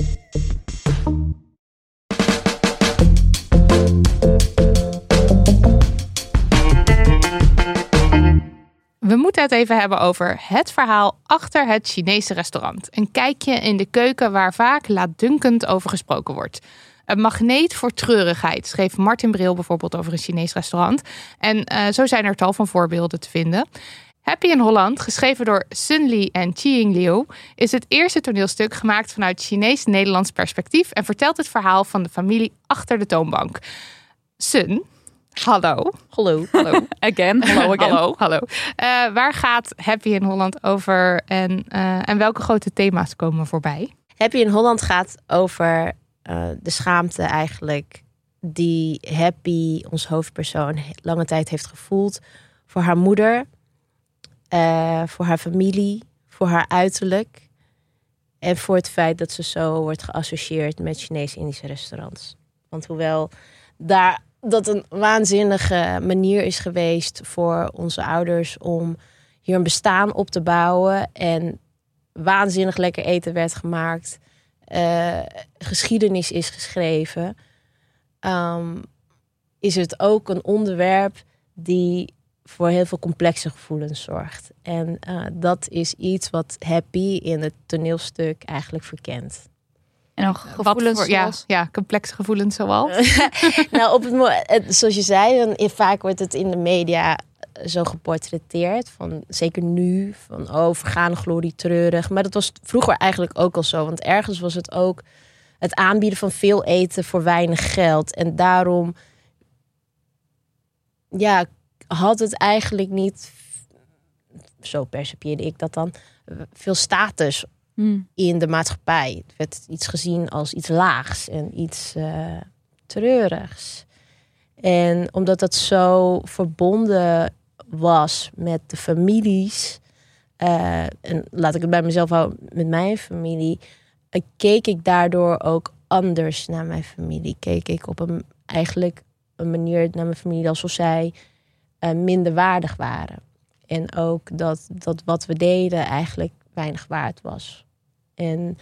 We moeten het even hebben over het verhaal achter het Chinese restaurant. Een kijkje in de keuken waar vaak laatdunkend over gesproken wordt. Een magneet voor treurigheid, schreef Martin Bril bijvoorbeeld over een Chinees restaurant. En zo zijn er tal van voorbeelden te vinden. Happy in Holland, geschreven door Sun Li en Qiying Liu, is het eerste toneelstuk gemaakt vanuit Chinees-Nederlands perspectief en vertelt het verhaal van de familie achter de toonbank. Sun, hallo.
Hallo.
Again.
Hallo. Waar gaat Happy in Holland over en welke grote thema's komen voorbij?
Happy in Holland gaat over de schaamte eigenlijk die Happy, ons hoofdpersoon, lange tijd heeft gevoeld voor haar moeder, voor haar familie, voor haar uiterlijk en voor het feit dat ze zo wordt geassocieerd met Chinees-Indische restaurants. Want hoewel dat een waanzinnige manier is geweest voor onze ouders om hier een bestaan op te bouwen en waanzinnig lekker eten werd gemaakt, geschiedenis is geschreven, is het ook een onderwerp die voor heel veel complexe gevoelens zorgt. En dat is iets wat Happy in het toneelstuk eigenlijk verkent.
En dan gevoelens zoals...
complexe gevoelens zoals.
Nou, zoals je zei, dan vaak wordt het in de media zo geportretteerd. Zeker nu, van vergane glorie, treurig. Maar dat was vroeger eigenlijk ook al zo. Want ergens was het ook het aanbieden van veel eten voor weinig geld. En daarom had het eigenlijk niet, zo percipieerde ik dat dan, veel status in de maatschappij. Het werd iets gezien als iets laags en iets treurigs. En omdat dat zo verbonden was met de families, en laat ik het bij mezelf houden met mijn familie, keek ik daardoor ook anders naar mijn familie. Keek ik op een manier naar mijn familie alsof zij minder waardig waren. En ook dat wat we deden eigenlijk weinig waard was. En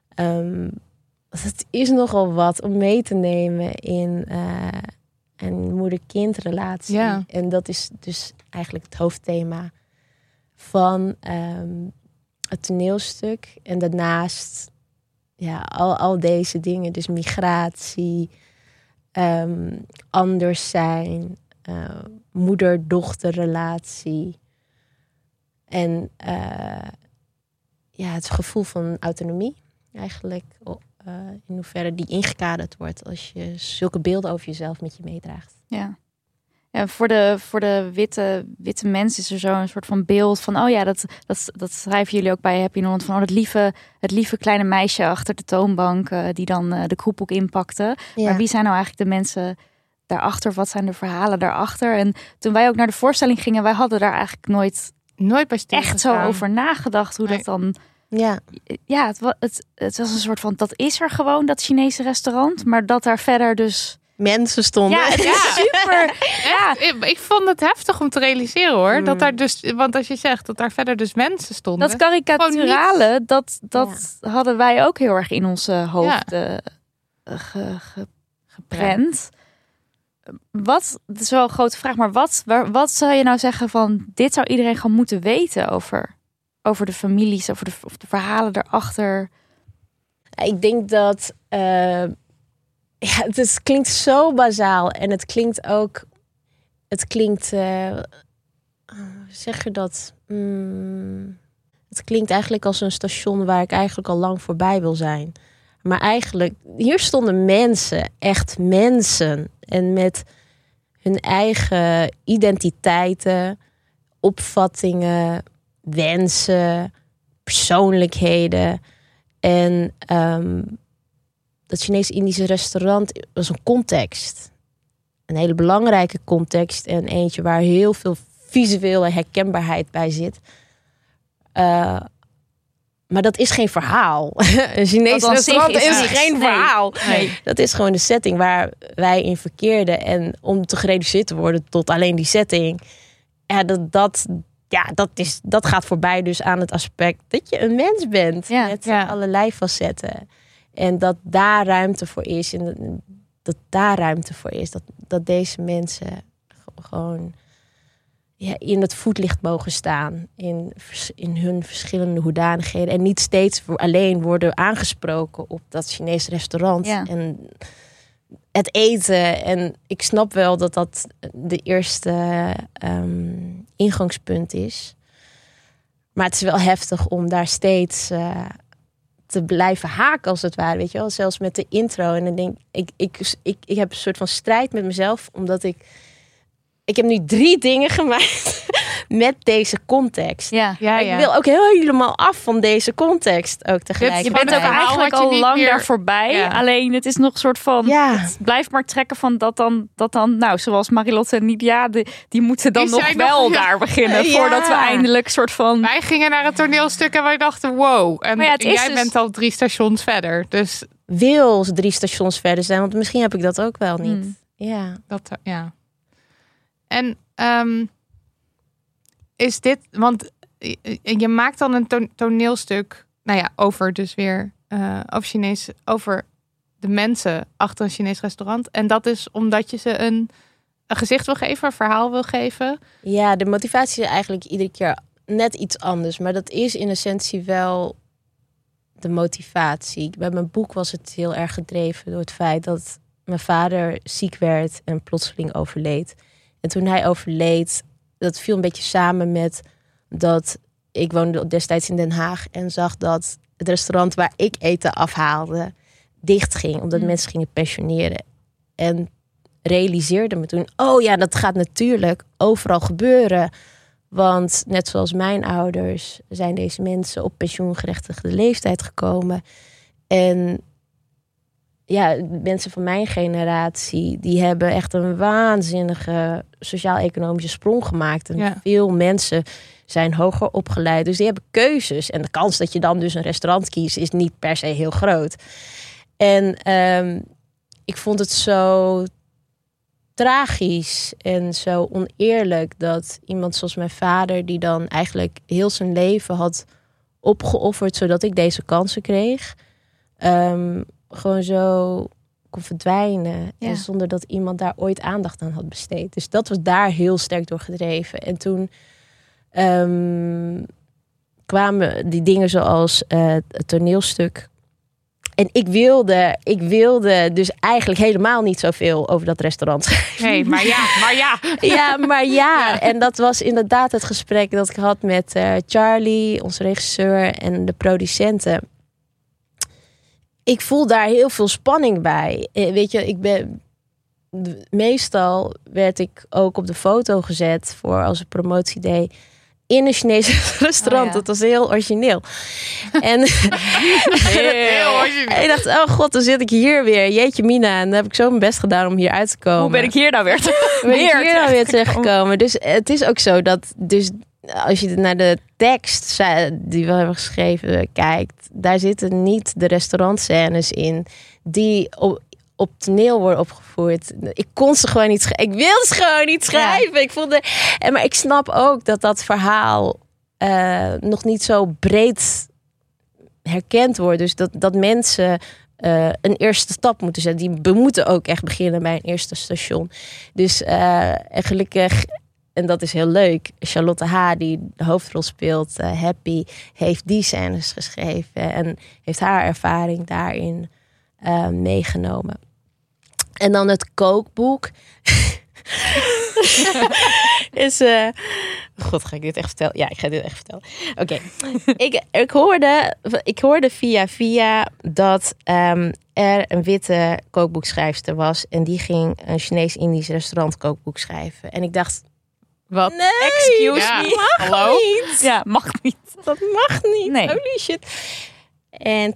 het is nogal wat om mee te nemen in een moeder-kind-relatie. Ja. En dat is dus eigenlijk het hoofdthema van het toneelstuk. En daarnaast al deze dingen. Dus migratie, anders zijn, moeder-dochterrelatie. En het gevoel van autonomie eigenlijk. In hoeverre die ingekaderd wordt als je zulke beelden over jezelf met je meedraagt.
Ja. Ja, voor de witte mens is er zo een soort van beeld van... dat schrijven jullie ook bij Happy Holland... van het lieve kleine meisje achter de toonbank... die dan de kroephoek inpakte. Ja. Maar wie zijn nou eigenlijk de mensen daarachter? Wat zijn de verhalen daarachter? En toen wij ook naar de voorstelling gingen... wij hadden daar eigenlijk nooit bij echt zo over nagedacht... hoe dat dan... Ja, het was een soort van... dat is er gewoon, dat Chinese restaurant... maar dat daar verder dus...
mensen stonden.
Ja, super.
Ja. Ik vond het heftig om te realiseren hoor. Dat daar dus, want als je zegt dat daar verder dus mensen stonden.
Dat karikaturale, dat hadden wij ook heel erg in onze hoofden geprent. Dat is wel een grote vraag. Maar wat zou je nou zeggen van... dit zou iedereen gewoon moeten weten over de families, over de verhalen daarachter?
Ik denk dat... het klinkt zo bazaal. En het klinkt ook... zeg je dat? Het klinkt eigenlijk als een station waar ik eigenlijk al lang voorbij wil zijn. Maar eigenlijk, hier stonden mensen, echt mensen. En met hun eigen identiteiten, opvattingen, wensen, persoonlijkheden. En dat Chinees-Indische restaurant was een context. Een hele belangrijke context. En eentje waar heel veel visuele herkenbaarheid bij zit. Maar dat is geen verhaal. Een Chinees restaurant is geen verhaal. Nee. Dat is gewoon de setting waar wij in verkeerden. En om te gereduceerd te worden tot alleen die setting. Dat gaat voorbij dus aan het aspect dat je een mens bent. Met allerlei facetten. En dat daar ruimte voor is. En dat deze mensen gewoon in het voetlicht mogen staan. In hun verschillende hoedanigheden. En niet steeds alleen worden aangesproken op dat Chinese restaurant. Ja. En het eten. En ik snap wel dat dat de eerste ingangspunt is. Maar het is wel heftig om daar steeds... te blijven haken als het ware, weet je wel. Zelfs met de intro. En dan denk ik heb een soort van strijd met mezelf. Omdat ik heb nu 3 dingen gemaakt met deze context. Ja. Ik wil ook helemaal af van deze context ook tegelijk.
Je bent ook eigenlijk al lang daar voorbij. Ja. Alleen het is nog een soort van... Het blijft maar trekken van dat dan nou, zoals Marilotte en Nidia, die moeten dan nog wel daar beginnen. Voordat we eindelijk soort van...
Wij gingen naar het toneelstuk en wij dachten wow. En jij
dus...
bent al 3 stations verder. Dus
wil 3 stations verder zijn, want misschien heb ik dat ook wel niet. Ja.
En is dit, want je maakt dan een toneelstuk, over dus weer over de mensen achter een Chinees restaurant. En dat is omdat je ze een gezicht wil geven, een verhaal wil geven.
Ja, de motivatie is eigenlijk iedere keer net iets anders. Maar dat is in essentie wel de motivatie. Bij mijn boek was het heel erg gedreven door het feit dat mijn vader ziek werd en plotseling overleed. En toen hij overleed, dat viel een beetje samen met dat ik woonde destijds in Den Haag en zag dat het restaurant waar ik eten afhaalde dicht ging, omdat mensen gingen pensioneren. En realiseerde me toen, dat gaat natuurlijk overal gebeuren. Want net zoals mijn ouders zijn deze mensen op pensioengerechtigde leeftijd gekomen. En ja, mensen van mijn generatie, die hebben echt een waanzinnige sociaal-economische sprong gemaakt. En veel mensen zijn hoger opgeleid. Dus die hebben keuzes. En de kans dat je dan dus een restaurant kiest is niet per se heel groot. En ik vond het zo tragisch en zo oneerlijk dat iemand zoals mijn vader, die dan eigenlijk heel zijn leven had opgeofferd zodat ik deze kansen kreeg, gewoon zo kon verdwijnen. Ja. En zonder dat iemand daar ooit aandacht aan had besteed. Dus dat was daar heel sterk door gedreven. En toen kwamen die dingen zoals het toneelstuk. En ik wilde dus eigenlijk helemaal niet zoveel over dat restaurant schrijven.
Nee, maar ja.
Ja, maar ja. En dat was inderdaad het gesprek dat ik had met Charlie, onze regisseur, en de producenten. Ik voel daar heel veel spanning bij. Weet je, meestal werd ik ook op de foto gezet voor als een promotie deed in een Chinese restaurant. Dat was heel origineel. En heel origineel. En ik dacht, oh god, dan zit ik hier weer. Jeetje mina, en dan heb ik zo mijn best gedaan om hier uit te komen.
Hoe ben ik hier nou weer
terechtgekomen? Dus het is ook zo dat, dus als je naar de tekst die we hebben geschreven kijkt, daar zitten niet de restaurantscènes in die op toneel worden opgevoerd. Ik kon ze gewoon niet schrijven. Ik wilde ze gewoon niet schrijven. Ja. Ik voelde, maar ik snap ook dat verhaal nog niet zo breed herkend wordt. Dus dat mensen een eerste stap moeten zetten. Die moeten ook echt beginnen bij een eerste station. Dus en gelukkig, en dat is heel leuk, Charlotte H., die de hoofdrol speelt, Happy, heeft die scènes geschreven en heeft haar ervaring daarin meegenomen. En dan het kookboek. is. God, ga ik dit echt vertellen? Ja, ik ga dit echt vertellen. Oké. Ik hoorde via dat er een witte kookboekschrijfster was. En die ging een Chinees-Indisch restaurant kookboek schrijven. En ik dacht,
wat?
Nee,
excuse me.
Hallo? Niet.
Ja, mag niet.
Dat mag niet.
Nee.
Holy shit. En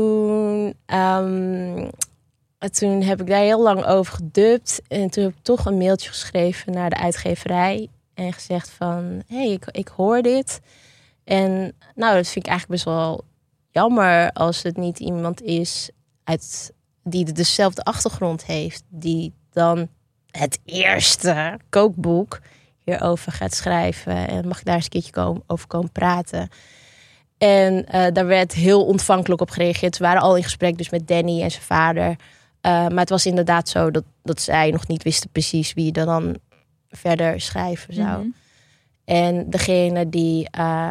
toen heb ik daar heel lang over gedubt. En toen heb ik toch een mailtje geschreven naar de uitgeverij. En gezegd van, hey, ik hoor dit. En nou, dat vind ik eigenlijk best wel jammer als het niet iemand is die dezelfde achtergrond heeft. Die dan het eerste kookboek hierover gaat schrijven. En mag ik daar eens een keertje over komen praten. En daar werd heel ontvankelijk op gereageerd. Ze waren al in gesprek dus met Danny en zijn vader. Maar het was inderdaad zo dat zij nog niet wisten precies wie er dan verder schrijven zou. Mm-hmm. En degene die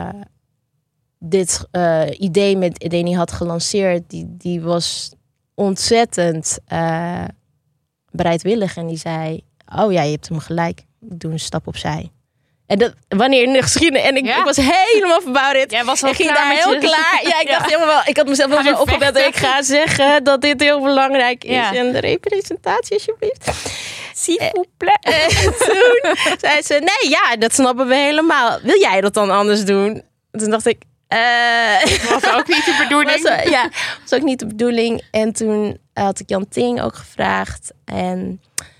dit idee met Danny had gelanceerd, die was ontzettend bereidwillig. En die zei, oh ja, je hebt hem gelijk. Ik doe een stap opzij. En dat, wanneer in de geschiedenis. En ik was helemaal verbouwd.
Jij was al
ik ging daar heel klaar. Ja, ik dacht helemaal wel. Ik had mezelf wel zo opgebeld dat ik ga zeggen dat dit heel belangrijk is. Ja. En de representatie, alsjeblieft.
S'il vous plaît.
Toen zei ze, nee, ja, dat snappen we helemaal. Wil jij dat dan anders doen? Toen dacht ik,
was ook niet de bedoeling.
Was ook niet de bedoeling. En toen had ik Jan Ting ook gevraagd. En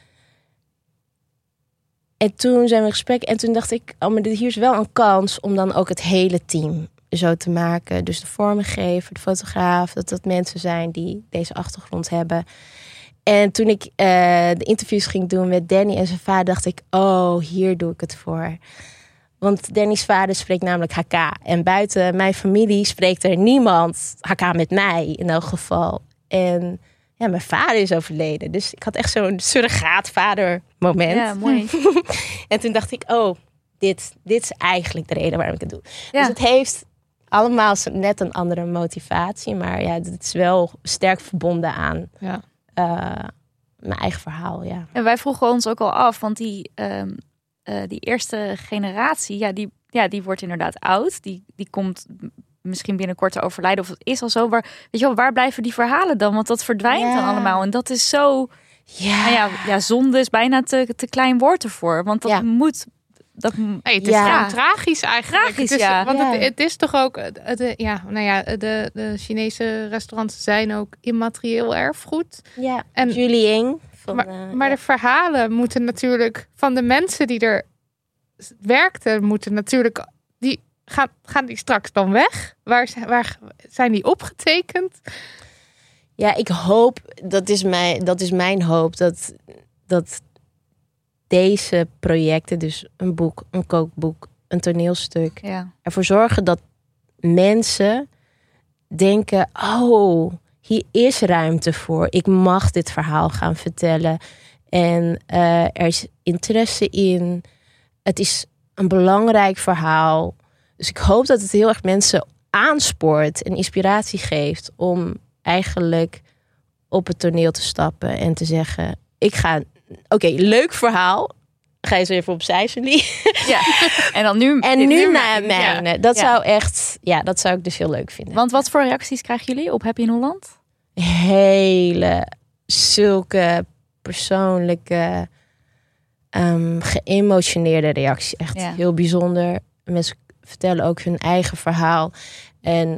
toen zijn we in gesprek. En toen dacht ik, maar hier is wel een kans om dan ook het hele team zo te maken. Dus de vormgever, de fotograaf, dat mensen zijn die deze achtergrond hebben. En toen ik de interviews ging doen met Danny en zijn vader, dacht ik, oh, hier doe ik het voor. Want Danny's vader spreekt namelijk Hakka. En buiten mijn familie spreekt er niemand Hakka met mij in elk geval. En ja, mijn vader is overleden. Dus ik had echt zo'n surrogaatvader moment.
Ja, mooi.
En toen dacht ik, oh, dit is eigenlijk de reden waarom ik het doe. Ja. Dus het heeft allemaal net een andere motivatie. Maar ja, het is wel sterk verbonden aan mijn eigen verhaal. Ja.
En wij vroegen ons ook al af, want die eerste generatie, die wordt inderdaad oud. Die komt misschien binnenkort te overlijden of het is al zo. Weet je wel, waar blijven die verhalen dan? Want dat verdwijnt dan allemaal. En dat is zo... Ja, zonde is bijna te klein woord ervoor. Want dat moet...
Het is gewoon tragisch eigenlijk. Het is toch ook... De Chinese restaurants zijn ook immaterieel erfgoed. Ja,
en Julie
maar de verhalen moeten natuurlijk... van de mensen die er werkten... moeten natuurlijk... Gaan die straks dan weg? Waar zijn die opgetekend?
Ja, ik hoop... Dat is mijn hoop... dat deze projecten, dus een boek, een kookboek, een toneelstuk, ervoor zorgen dat mensen denken, hier is ruimte voor. Ik mag dit verhaal gaan vertellen. En er is interesse in. Het is een belangrijk verhaal. Dus ik hoop dat het heel erg mensen aanspoort en inspiratie geeft om eigenlijk op het toneel te stappen en te zeggen, ik ga... Oké, leuk verhaal. Ga je zo even opzij, Julie. Ja.
En dan nu
naar mijne. Ja. Dat zou echt... Ja, dat zou ik dus heel leuk vinden.
Want wat voor reacties krijgen jullie op Happy in Holland?
Zulke persoonlijke, geëmotioneerde reacties. Echt heel bijzonder. Mensen vertellen ook hun eigen verhaal. En...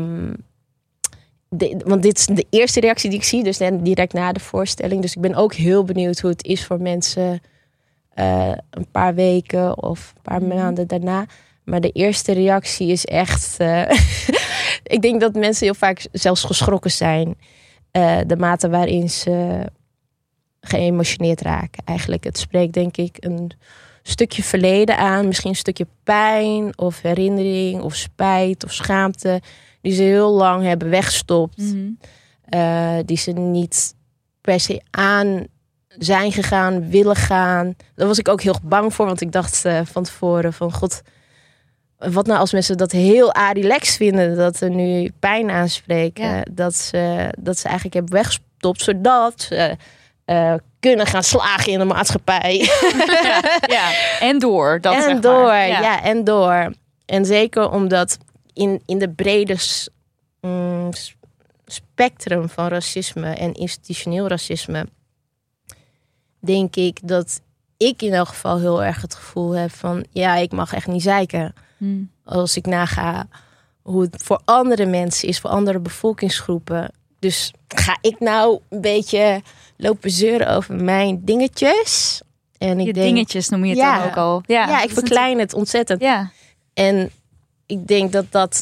want dit is de eerste reactie die ik zie, dus direct na de voorstelling. Dus ik ben ook heel benieuwd hoe het is voor mensen een paar weken of een paar maanden daarna. Maar de eerste reactie is echt... ik denk dat mensen heel vaak zelfs geschrokken zijn. De mate waarin ze geëmotioneerd raken. Eigenlijk, het spreekt denk ik een stukje verleden aan. Misschien een stukje pijn of herinnering of spijt of schaamte... die ze heel lang hebben weggestopt. Mm-hmm. Die ze niet per se aan zijn gegaan, willen gaan. Daar was ik ook heel bang voor. Want ik dacht van tevoren van... God, wat nou als mensen dat heel relaxed vinden... dat er nu pijn aanspreken. Ja. Dat ze eigenlijk hebben weggestopt... zodat ze kunnen gaan slagen in de maatschappij.
En door.
En door. En zeker omdat... In de brede spectrum van racisme en institutioneel racisme... denk ik dat ik in elk geval heel erg het gevoel heb van... ik mag echt niet zeiken. Als ik naga hoe het voor andere mensen is, voor andere bevolkingsgroepen. Dus ga ik nou een beetje lopen zeuren over mijn dingetjes? En ik denk,
dingetjes noem je het dan ook al.
Ja, ik verklein het ontzettend. Ja. En... ik denk dat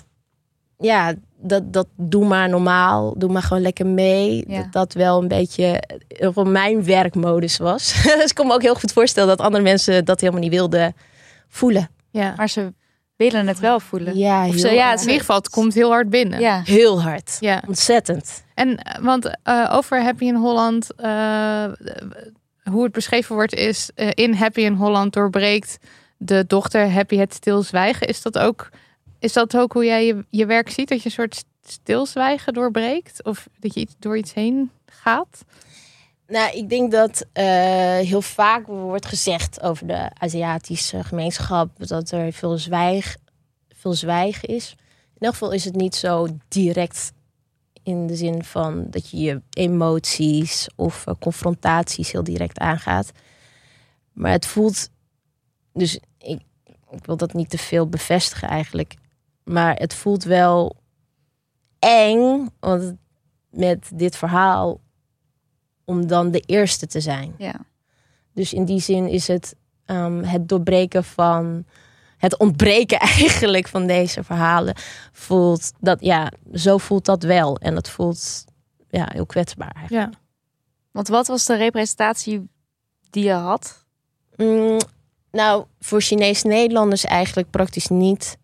doe maar normaal. Doe maar gewoon lekker mee. Ja. Dat wel een beetje van mijn werkmodus was. Dus ik kan me ook heel goed voorstellen dat andere mensen dat helemaal niet wilden voelen.
Ja. Maar ze willen het wel voelen.
Ja, in ieder geval, het komt heel hard binnen.
Ja. Heel hard. Ja. Ontzettend.
En want over Happy in Holland, hoe het beschreven wordt is, in Happy in Holland doorbreekt de dochter Happy het stilzwijgen. Is dat ook hoe jij je werk ziet? Dat je een soort stilzwijgen doorbreekt? Of dat je door iets heen gaat?
Nou, ik denk dat heel vaak wordt gezegd over de Aziatische gemeenschap... dat er veel zwijgen is. In elk geval is het niet zo direct in de zin van... dat je je emoties of confrontaties heel direct aangaat. Maar het voelt... Dus ik wil dat niet te veel bevestigen eigenlijk... Maar het voelt wel eng, want met dit verhaal, om dan de eerste te zijn. Ja. Dus in die zin is het het doorbreken van, het ontbreken eigenlijk van deze verhalen, voelt dat, zo voelt dat wel. En dat voelt heel kwetsbaar eigenlijk. Ja.
Want wat was de representatie die je had?
Nou, voor Chinees-Nederlanders eigenlijk praktisch niet.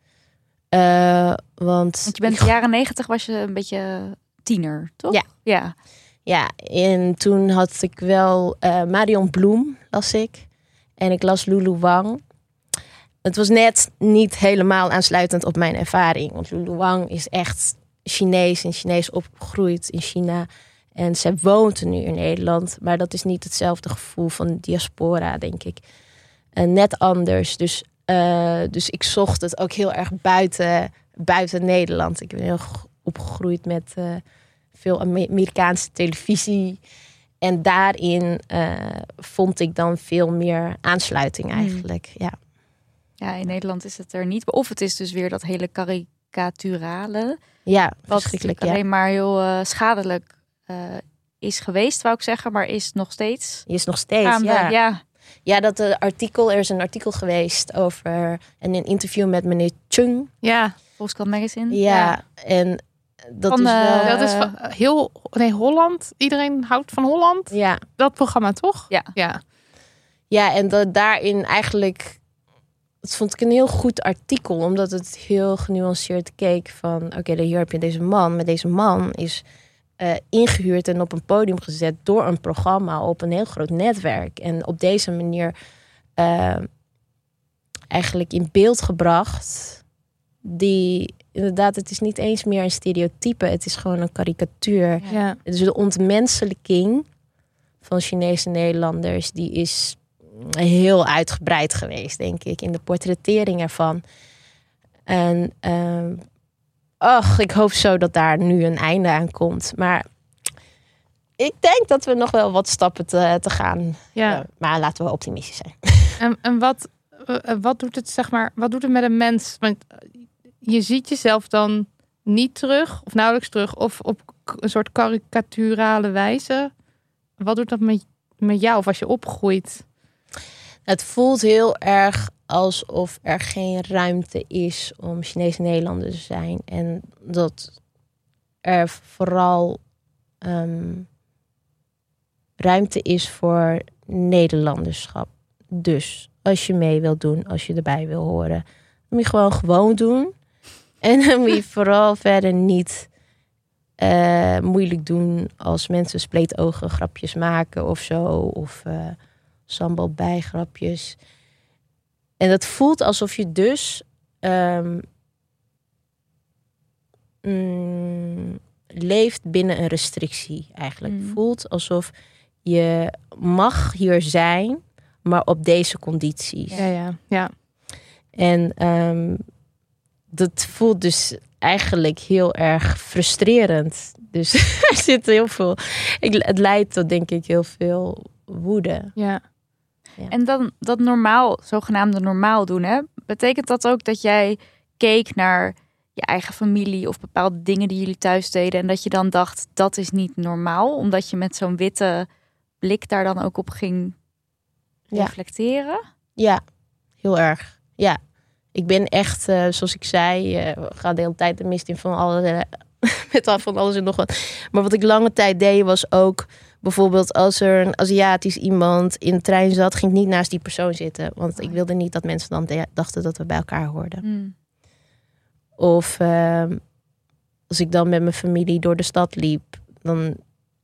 Want
je bent in de jaren 90 was je een beetje tiener, toch?
Ja, en toen had ik wel Marion Bloem, las ik. En ik las Lulu Wang. het was net niet helemaal aansluitend op mijn ervaring. Want Lulu Wang is echt Chinees opgegroeid in China. En zij woont nu in Nederland. Maar dat is niet hetzelfde gevoel van diaspora, denk ik. Net anders. Dus ik zocht het ook heel erg buiten Nederland. Ik ben heel opgegroeid met veel Amerikaanse televisie. En daarin vond ik dan veel meer aansluiting eigenlijk.
Ja, in Nederland is het er niet. Of het is dus weer dat hele karikaturale.
Ja,
wat
verschrikkelijk.
alleen maar heel schadelijk is geweest, wou ik zeggen. Maar is nog steeds.
Is nog steeds,
ja.
Ja, er is een artikel geweest over een interview met meneer Chung.
Ja,
Volkskrant Magazine.
Ja, en dat is wel...
dat is van Holland. Iedereen houdt van Holland.
Ja.
Dat programma, toch?
Ja.
Ja, en daarin eigenlijk... Dat vond ik een heel goed artikel, omdat het heel genuanceerd keek van... Oké, hier heb je deze man. Maar deze man is ingehuurd en op een podium gezet door een programma op een heel groot netwerk. En op deze manier eigenlijk in beeld gebracht. Die inderdaad, het is niet eens meer een stereotype. Het is gewoon een karikatuur.
Ja.
Dus de ontmenselijking van Chinese Nederlanders, die is heel uitgebreid geweest, denk ik, in de portrettering ervan. En ik hoop zo dat daar nu een einde aan komt. Maar ik denk dat we nog wel wat stappen te gaan.
Ja.
Maar laten we optimistisch zijn.
En wat doet het, zeg maar, wat doet het met een mens? Want je ziet jezelf dan niet terug, of nauwelijks terug, of op een soort karikaturale wijze. Wat doet dat met jou, of als je opgroeit?
Het voelt heel erg alsof er geen ruimte is om Chinese Nederlander te zijn. En dat er vooral ruimte is voor Nederlanderschap. Dus als je mee wilt doen, als je erbij wil horen, dan moet je gewoon doen. En dan moet je vooral verder niet moeilijk doen als mensen spleetogen grapjes maken of zo. Of sambal bijgrapjes. En dat voelt alsof je dus leeft binnen een restrictie eigenlijk. Voelt alsof je mag hier zijn, maar op deze condities.
Ja.
En dat voelt dus eigenlijk heel erg frustrerend. Dus er zit heel veel... Het leidt tot, denk ik, heel veel woede.
Ja.
En dan dat zogenaamde normaal doen, hè? Betekent dat ook dat jij keek naar je eigen familie of bepaalde dingen die jullie thuis deden en dat je dan dacht, dat is niet normaal? Omdat je met zo'n witte blik daar dan ook op ging reflecteren?
Ja, heel erg. Ja. Ik ben echt, zoals ik zei, ga de hele tijd de mist in van alles en nog wat. Maar wat ik lange tijd deed was ook bijvoorbeeld als er een Aziatisch iemand in de trein zat, ging ik niet naast die persoon zitten. Want ik wilde niet dat mensen dan dachten dat we bij elkaar hoorden. Of als ik dan met mijn familie door de stad liep, dan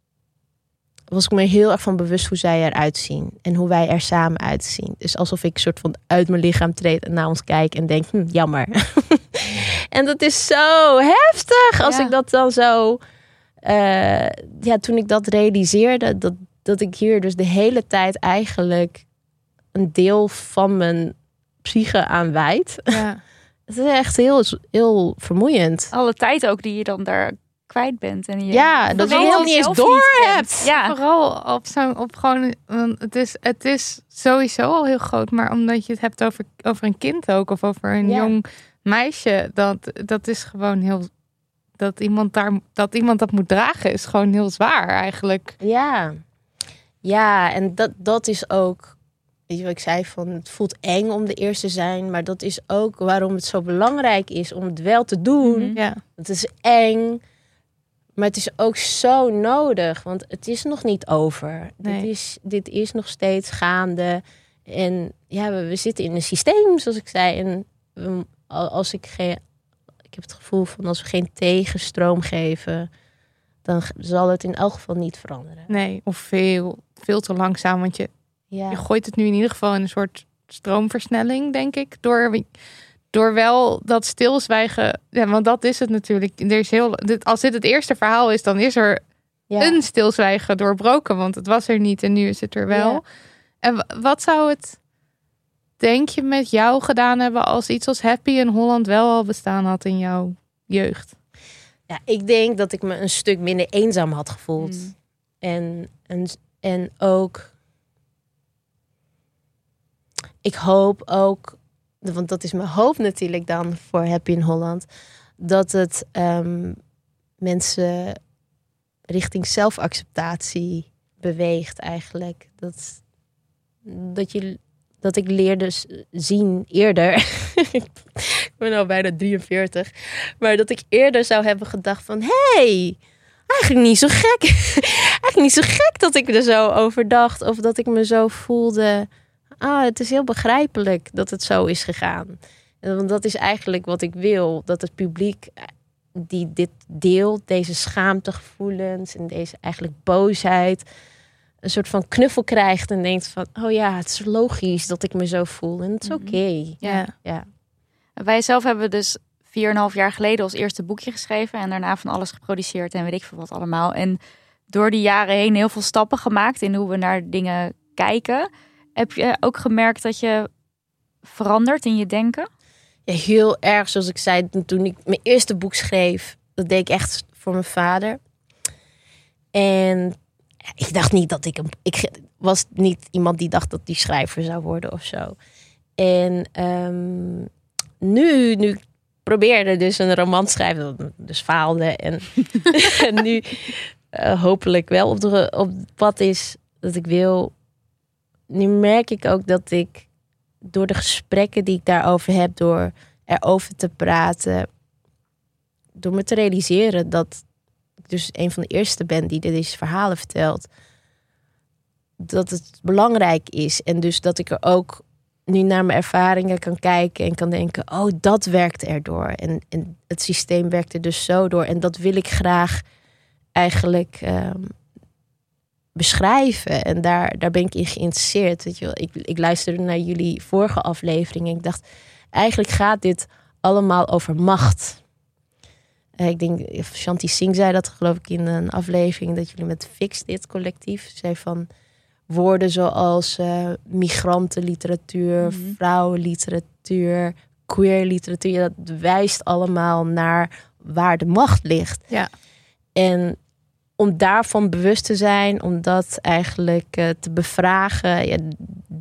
was ik me heel erg van bewust hoe zij eruit zien. En hoe wij er samen uitzien. Dus alsof ik soort van uit mijn lichaam treed en naar ons kijk en denk, jammer. En dat is zo heftig als ik dat dan zo... toen ik dat realiseerde, dat ik hier dus de hele tijd eigenlijk een deel van mijn psyche aan wijd. Ja. Het is echt heel, heel vermoeiend.
Alle tijd ook die je dan daar kwijt bent. En
dat je helemaal niet eens door hebt.
Ja. Vooral op gewoon... Het is sowieso al heel groot, maar omdat je het hebt over een kind ook, of over een jong meisje, dat is gewoon heel... Dat iemand dat moet dragen is gewoon heel zwaar eigenlijk. Ja, en dat is ook... Weet je wat ik zei, van het voelt eng om de eerste te zijn. Maar dat is ook waarom het zo belangrijk is om het wel te doen. Ja.
Het is eng, maar het is ook zo nodig. Want het is nog niet over. Nee. Dit is nog steeds gaande. En ja, we zitten in een systeem, zoals ik zei. En ik heb het gevoel van als we geen tegenstroom geven, dan zal het in elk geval niet veranderen.
Nee, of veel te langzaam. Want je gooit het nu in ieder geval in een soort stroomversnelling, denk ik. Door wel dat stilzwijgen. Ja, want dat is het natuurlijk. Er is als dit het eerste verhaal is, dan is er een stilzwijgen doorbroken. Want het was er niet en nu is het er wel. Ja. En wat zou het, denk je, met jou gedaan hebben als iets als Happy in Holland wel al bestaan had in jouw jeugd?
Ja, ik denk dat ik me een stuk minder eenzaam had gevoeld. En ook... Ik hoop ook... Want dat is mijn hoop natuurlijk dan voor Happy in Holland. Dat het mensen richting zelfacceptatie beweegt eigenlijk. Dat ik leerde zien eerder. Ik ben al bijna 43. Maar dat ik eerder zou hebben gedacht van... Hey, eigenlijk niet zo gek. Eigenlijk niet zo gek dat ik er zo over dacht. Of dat ik me zo voelde... het is heel begrijpelijk dat het zo is gegaan. Want dat is eigenlijk wat ik wil. Dat het publiek die dit deelt, deze schaamtegevoelens en deze eigenlijk boosheid, een soort van knuffel krijgt en denkt van, oh ja, het is logisch dat ik me zo voel. En het is oké. Ja.
Wij zelf hebben dus 4,5 jaar geleden ons eerste boekje geschreven en daarna van alles geproduceerd en weet ik veel wat allemaal. En door die jaren heen heel veel stappen gemaakt in hoe we naar dingen kijken. Heb je ook gemerkt dat je verandert in je denken?
Ja, heel erg. Zoals ik zei, toen ik mijn eerste boek schreef, dat deed ik echt voor mijn vader. En ik dacht niet dat ik was niet iemand die dacht dat die schrijver zou worden of zo. En nu probeerde dus een roman te schrijven, dat dus faalde. En nu hopelijk wel op wat is dat ik wil. Nu merk ik ook dat ik door de gesprekken die ik daarover heb, door erover te praten, door me te realiseren dat ik dus een van de eerste ben die deze verhalen vertelt, dat het belangrijk is. En dus dat ik er ook nu naar mijn ervaringen kan kijken en kan denken, oh, dat werkt erdoor. En het systeem werkt er dus zo door. En dat wil ik graag eigenlijk beschrijven. En daar ben ik in geïnteresseerd. Weet je wel. Ik luisterde naar jullie vorige aflevering en ik dacht, eigenlijk gaat dit allemaal over macht. Ik denk, Shanti Singh zei dat geloof ik in een aflevering, dat jullie met Fix dit collectief zei van woorden zoals migrantenliteratuur, vrouwenliteratuur, queer literatuur. Dat wijst allemaal naar waar de macht ligt. Ja. En om daarvan bewust te zijn, om dat eigenlijk te bevragen,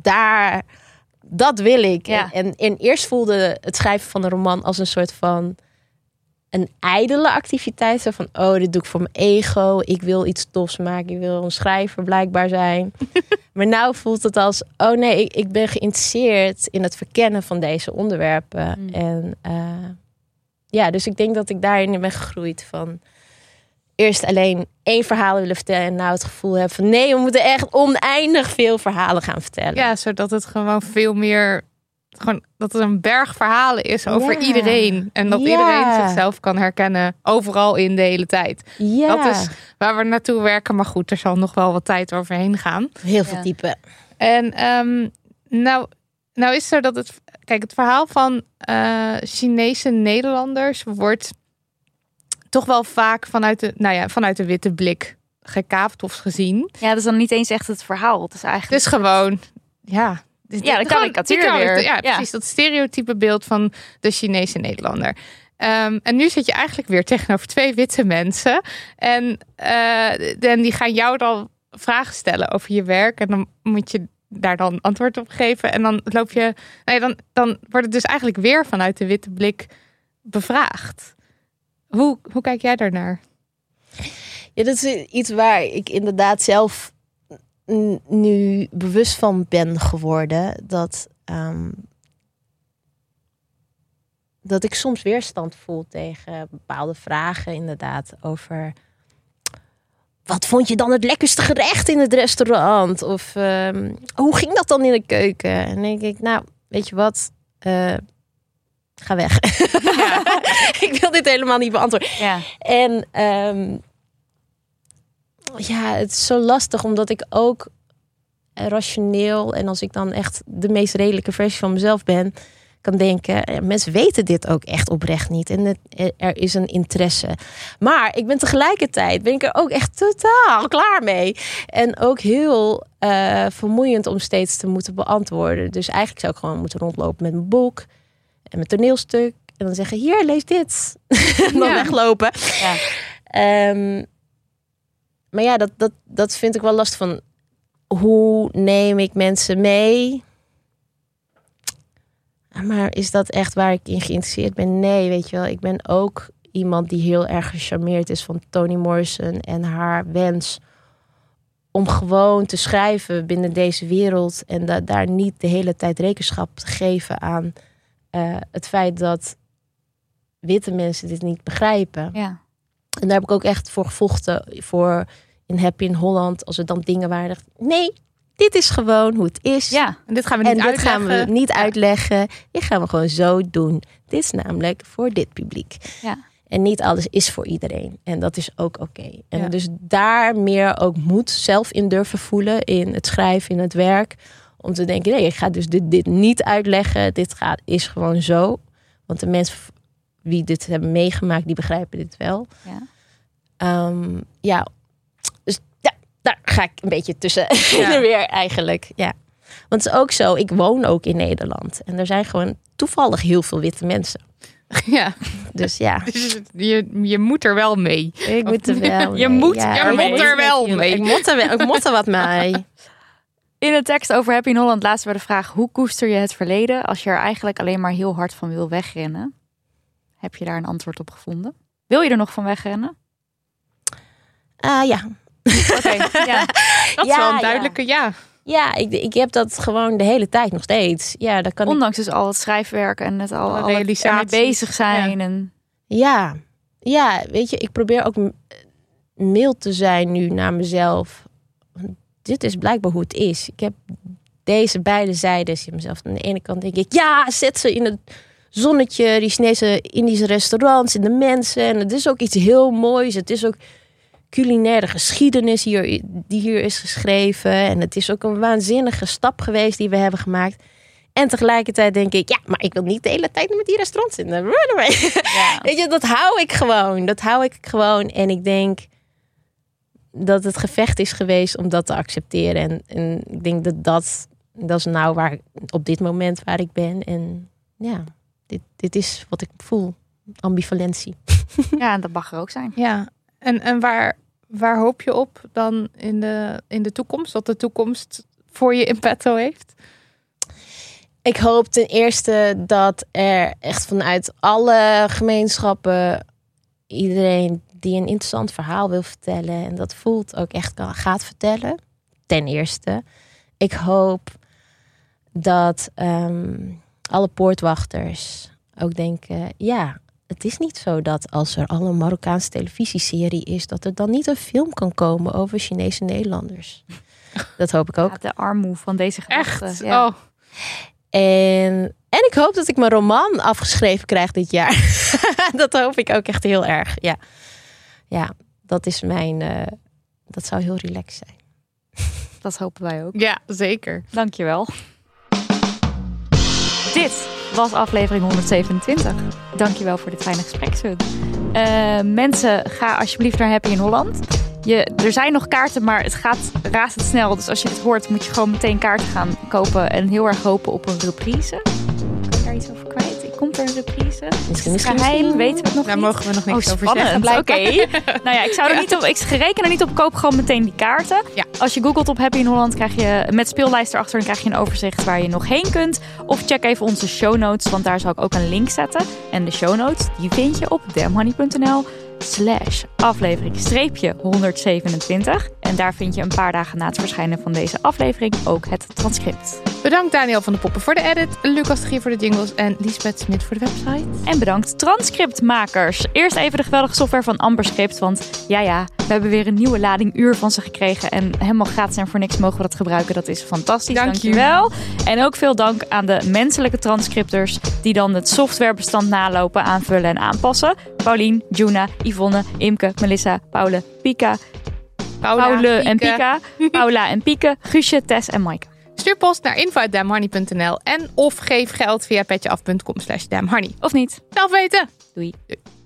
dat wil ik. Ja. En eerst voelde het schrijven van een roman als een soort van een ijdele activiteit. Zo van, oh, dit doe ik voor mijn ego. Ik wil iets tofs maken. Ik wil een schrijver blijkbaar zijn. Maar nou voelt het als, oh nee, ik ben geïnteresseerd in het verkennen van deze onderwerpen. En dus ik denk dat ik daarin ben gegroeid van eerst alleen 1 verhaal willen vertellen en nou het gevoel heb van nee, we moeten echt oneindig veel verhalen gaan vertellen.
Ja, zodat het gewoon veel meer, gewoon dat het een berg verhalen is over iedereen. En dat iedereen zichzelf kan herkennen overal in de hele tijd. Ja. Dat is waar we naartoe werken. Maar goed, er zal nog wel wat tijd overheen gaan.
Heel veel typen.
En nou is er dat het verhaal van Chinese Nederlanders wordt toch wel vaak vanuit de witte blik gekaapt of gezien.
Ja, dat is dan niet eens echt het verhaal. Het is eigenlijk
gewoon,
de karikatuur weer.
Ja, precies. Dat stereotype beeld van de Chinese Nederlander. En nu zit je eigenlijk weer tegenover 2 witte mensen. En die gaan jou dan vragen stellen over je werk. En dan moet je daar dan antwoord op geven. En dan loop je. Dan wordt het dus eigenlijk weer vanuit de witte blik bevraagd. Hoe kijk jij daarnaar?
Ja, dat is iets waar ik inderdaad zelf nu bewust van ben geworden. Dat ik soms weerstand voel tegen bepaalde vragen inderdaad over wat vond je dan het lekkerste gerecht in het restaurant? Of hoe ging dat dan in de keuken? En dan denk ik, nou, weet je wat? Ga weg. Ja. Ik wil dit helemaal niet beantwoorden. Ja. En het is zo lastig omdat ik ook rationeel. En als ik dan echt de meest redelijke versie van mezelf ben, kan denken, mensen weten dit ook echt oprecht niet. En er is een interesse. Maar ik ben tegelijkertijd er ook echt totaal klaar mee. En ook heel vermoeiend om steeds te moeten beantwoorden. Dus eigenlijk zou ik gewoon moeten rondlopen met mijn boek en mijn toneelstuk. En dan zeggen, hier, lees dit. En dan weglopen. Ja. Maar ja, dat vind ik wel lastig van. Hoe neem ik mensen mee? Maar is dat echt waar ik in geïnteresseerd ben? Nee, weet je wel. Ik ben ook iemand die heel erg gecharmeerd is van Toni Morrison en haar wens om gewoon te schrijven binnen deze wereld en daar niet de hele tijd rekenschap te geven aan het feit dat witte mensen dit niet begrijpen. Ja. En daar heb ik ook echt voor gevochten voor in Happy in Holland. Als er dan dingen waren, nee, dit is gewoon hoe het is.
Ja, en dit gaan we niet uitleggen.
Gaan we niet uitleggen. Dit gaan we gewoon zo doen. Dit is namelijk voor dit publiek. Ja. En niet alles is voor iedereen. En dat is ook oké. En dus daar meer ook moed zelf in durven voelen. In het schrijven, in het werk. Om te denken, nee, ik ga dus dit niet uitleggen. Is gewoon zo. Want de mensen die dit hebben meegemaakt, die begrijpen dit wel. Ja. Dus daar ga ik een beetje tussen weer eigenlijk. Ja. Want het is ook zo, ik woon ook in Nederland. En er zijn gewoon toevallig heel veel witte mensen.
Ja.
Dus ja.
Dus je moet er wel mee.
Ik moet er wel mee.
Je moet er wel mee.
Ik moet er wat mee.
In de tekst over Happy in Holland lazen we de vraag, hoe koester je het verleden als je er eigenlijk alleen maar heel hard van wil wegrennen? Heb je daar een antwoord op gevonden? Wil je er nog van wegrennen?
Ja.
Oké, ja.
Dat is wel een duidelijke ja.
Ja, ik heb dat gewoon de hele tijd nog steeds. Ja, dat kan
ondanks dus al het schrijfwerk en het al realisatie bezig zijn.
Ja. Ja, weet je, ik probeer ook mild te zijn nu naar mezelf. Dit is blijkbaar hoe het is. Ik heb deze beide zijdes in mezelf. Aan de ene kant denk ik, ja, zet ze in het zonnetje, die Chinese, Indische restaurants, in de mensen. En het is ook iets heel moois. Het is ook culinaire geschiedenis die hier is geschreven. En het is ook een waanzinnige stap geweest die we hebben gemaakt. En tegelijkertijd denk ik, ja, maar ik wil niet de hele tijd met die restaurants in. Ja. Weet je, dat hou ik gewoon. En ik denk dat het gevecht is geweest om dat te accepteren. En ik denk dat is nou waar op dit moment waar ik ben. En ja, dit is wat ik voel. Ambivalentie.
Ja, en dat mag er ook zijn.
Ja. En waar hoop je op dan in de toekomst? Wat de toekomst voor je in petto heeft?
Ik hoop ten eerste dat er echt vanuit alle gemeenschappen iedereen die een interessant verhaal wil vertellen en dat voelt ook echt gaat vertellen. Ten eerste. Ik hoop dat alle poortwachters ook denken, ja, het is niet zo dat als er al een Marokkaanse televisieserie is, dat er dan niet een film kan komen over Chinese Nederlanders. Dat hoop ik ook.
Ja, de armoede van deze gedachte.
Echt? Ja. Oh.
En ik hoop dat ik mijn roman afgeschreven krijg dit jaar. Dat hoop ik ook echt heel erg. Ja, dat is dat zou heel relaxed zijn.
Dat hopen wij ook.
Ja, zeker.
Dankjewel. Dit was aflevering 127. Dankjewel voor dit fijne gesprek, Sun. Mensen, ga alsjeblieft naar Happy in Holland. Er zijn nog kaarten, maar het gaat razendsnel. Dus als je het hoort, moet je gewoon meteen kaarten gaan kopen. En heel erg hopen op een reprise. Kan je daar iets over kwijt? Komt er een reprise?
Misschien
geheim, weten we het nog
daar
niet?
Mogen we nog niks over
zeggen. Oké. Nou ja, ik reken er niet op. Koop gewoon meteen die kaarten. Ja. Als je googelt op Happy in Holland, krijg je met speellijst erachter, dan krijg je een overzicht waar je nog heen kunt. Of check even onze show notes, want daar zal ik ook een link zetten. En de show notes, die vind je op damnhoney.nl/aflevering-127. En daar vind je een paar dagen na het verschijnen van deze aflevering ook het transcript.
Bedankt Daniel van de Poppen voor de edit, Lucas de Gier voor de jingles en Liesbeth Smit voor de website.
En bedankt transcriptmakers. Eerst even de geweldige software van Amberscript, want ja, we hebben weer een nieuwe lading uur van ze gekregen en helemaal gratis en voor niks mogen we dat gebruiken. Dat is fantastisch. Dankjewel. En ook veel dank aan de menselijke transcripters die dan het softwarebestand nalopen, aanvullen en aanpassen. Paulien, Juna, Yvonne, Imke, Melissa, Paule, Pika, Paule en Pika. Paula en Pieke. Guusje, Tess en Maaike.
Stuur post naar info@damnhoney.nl en of geef geld via petjeaf.com/damnhoney.
Of niet.
Zelf weten.
Doei.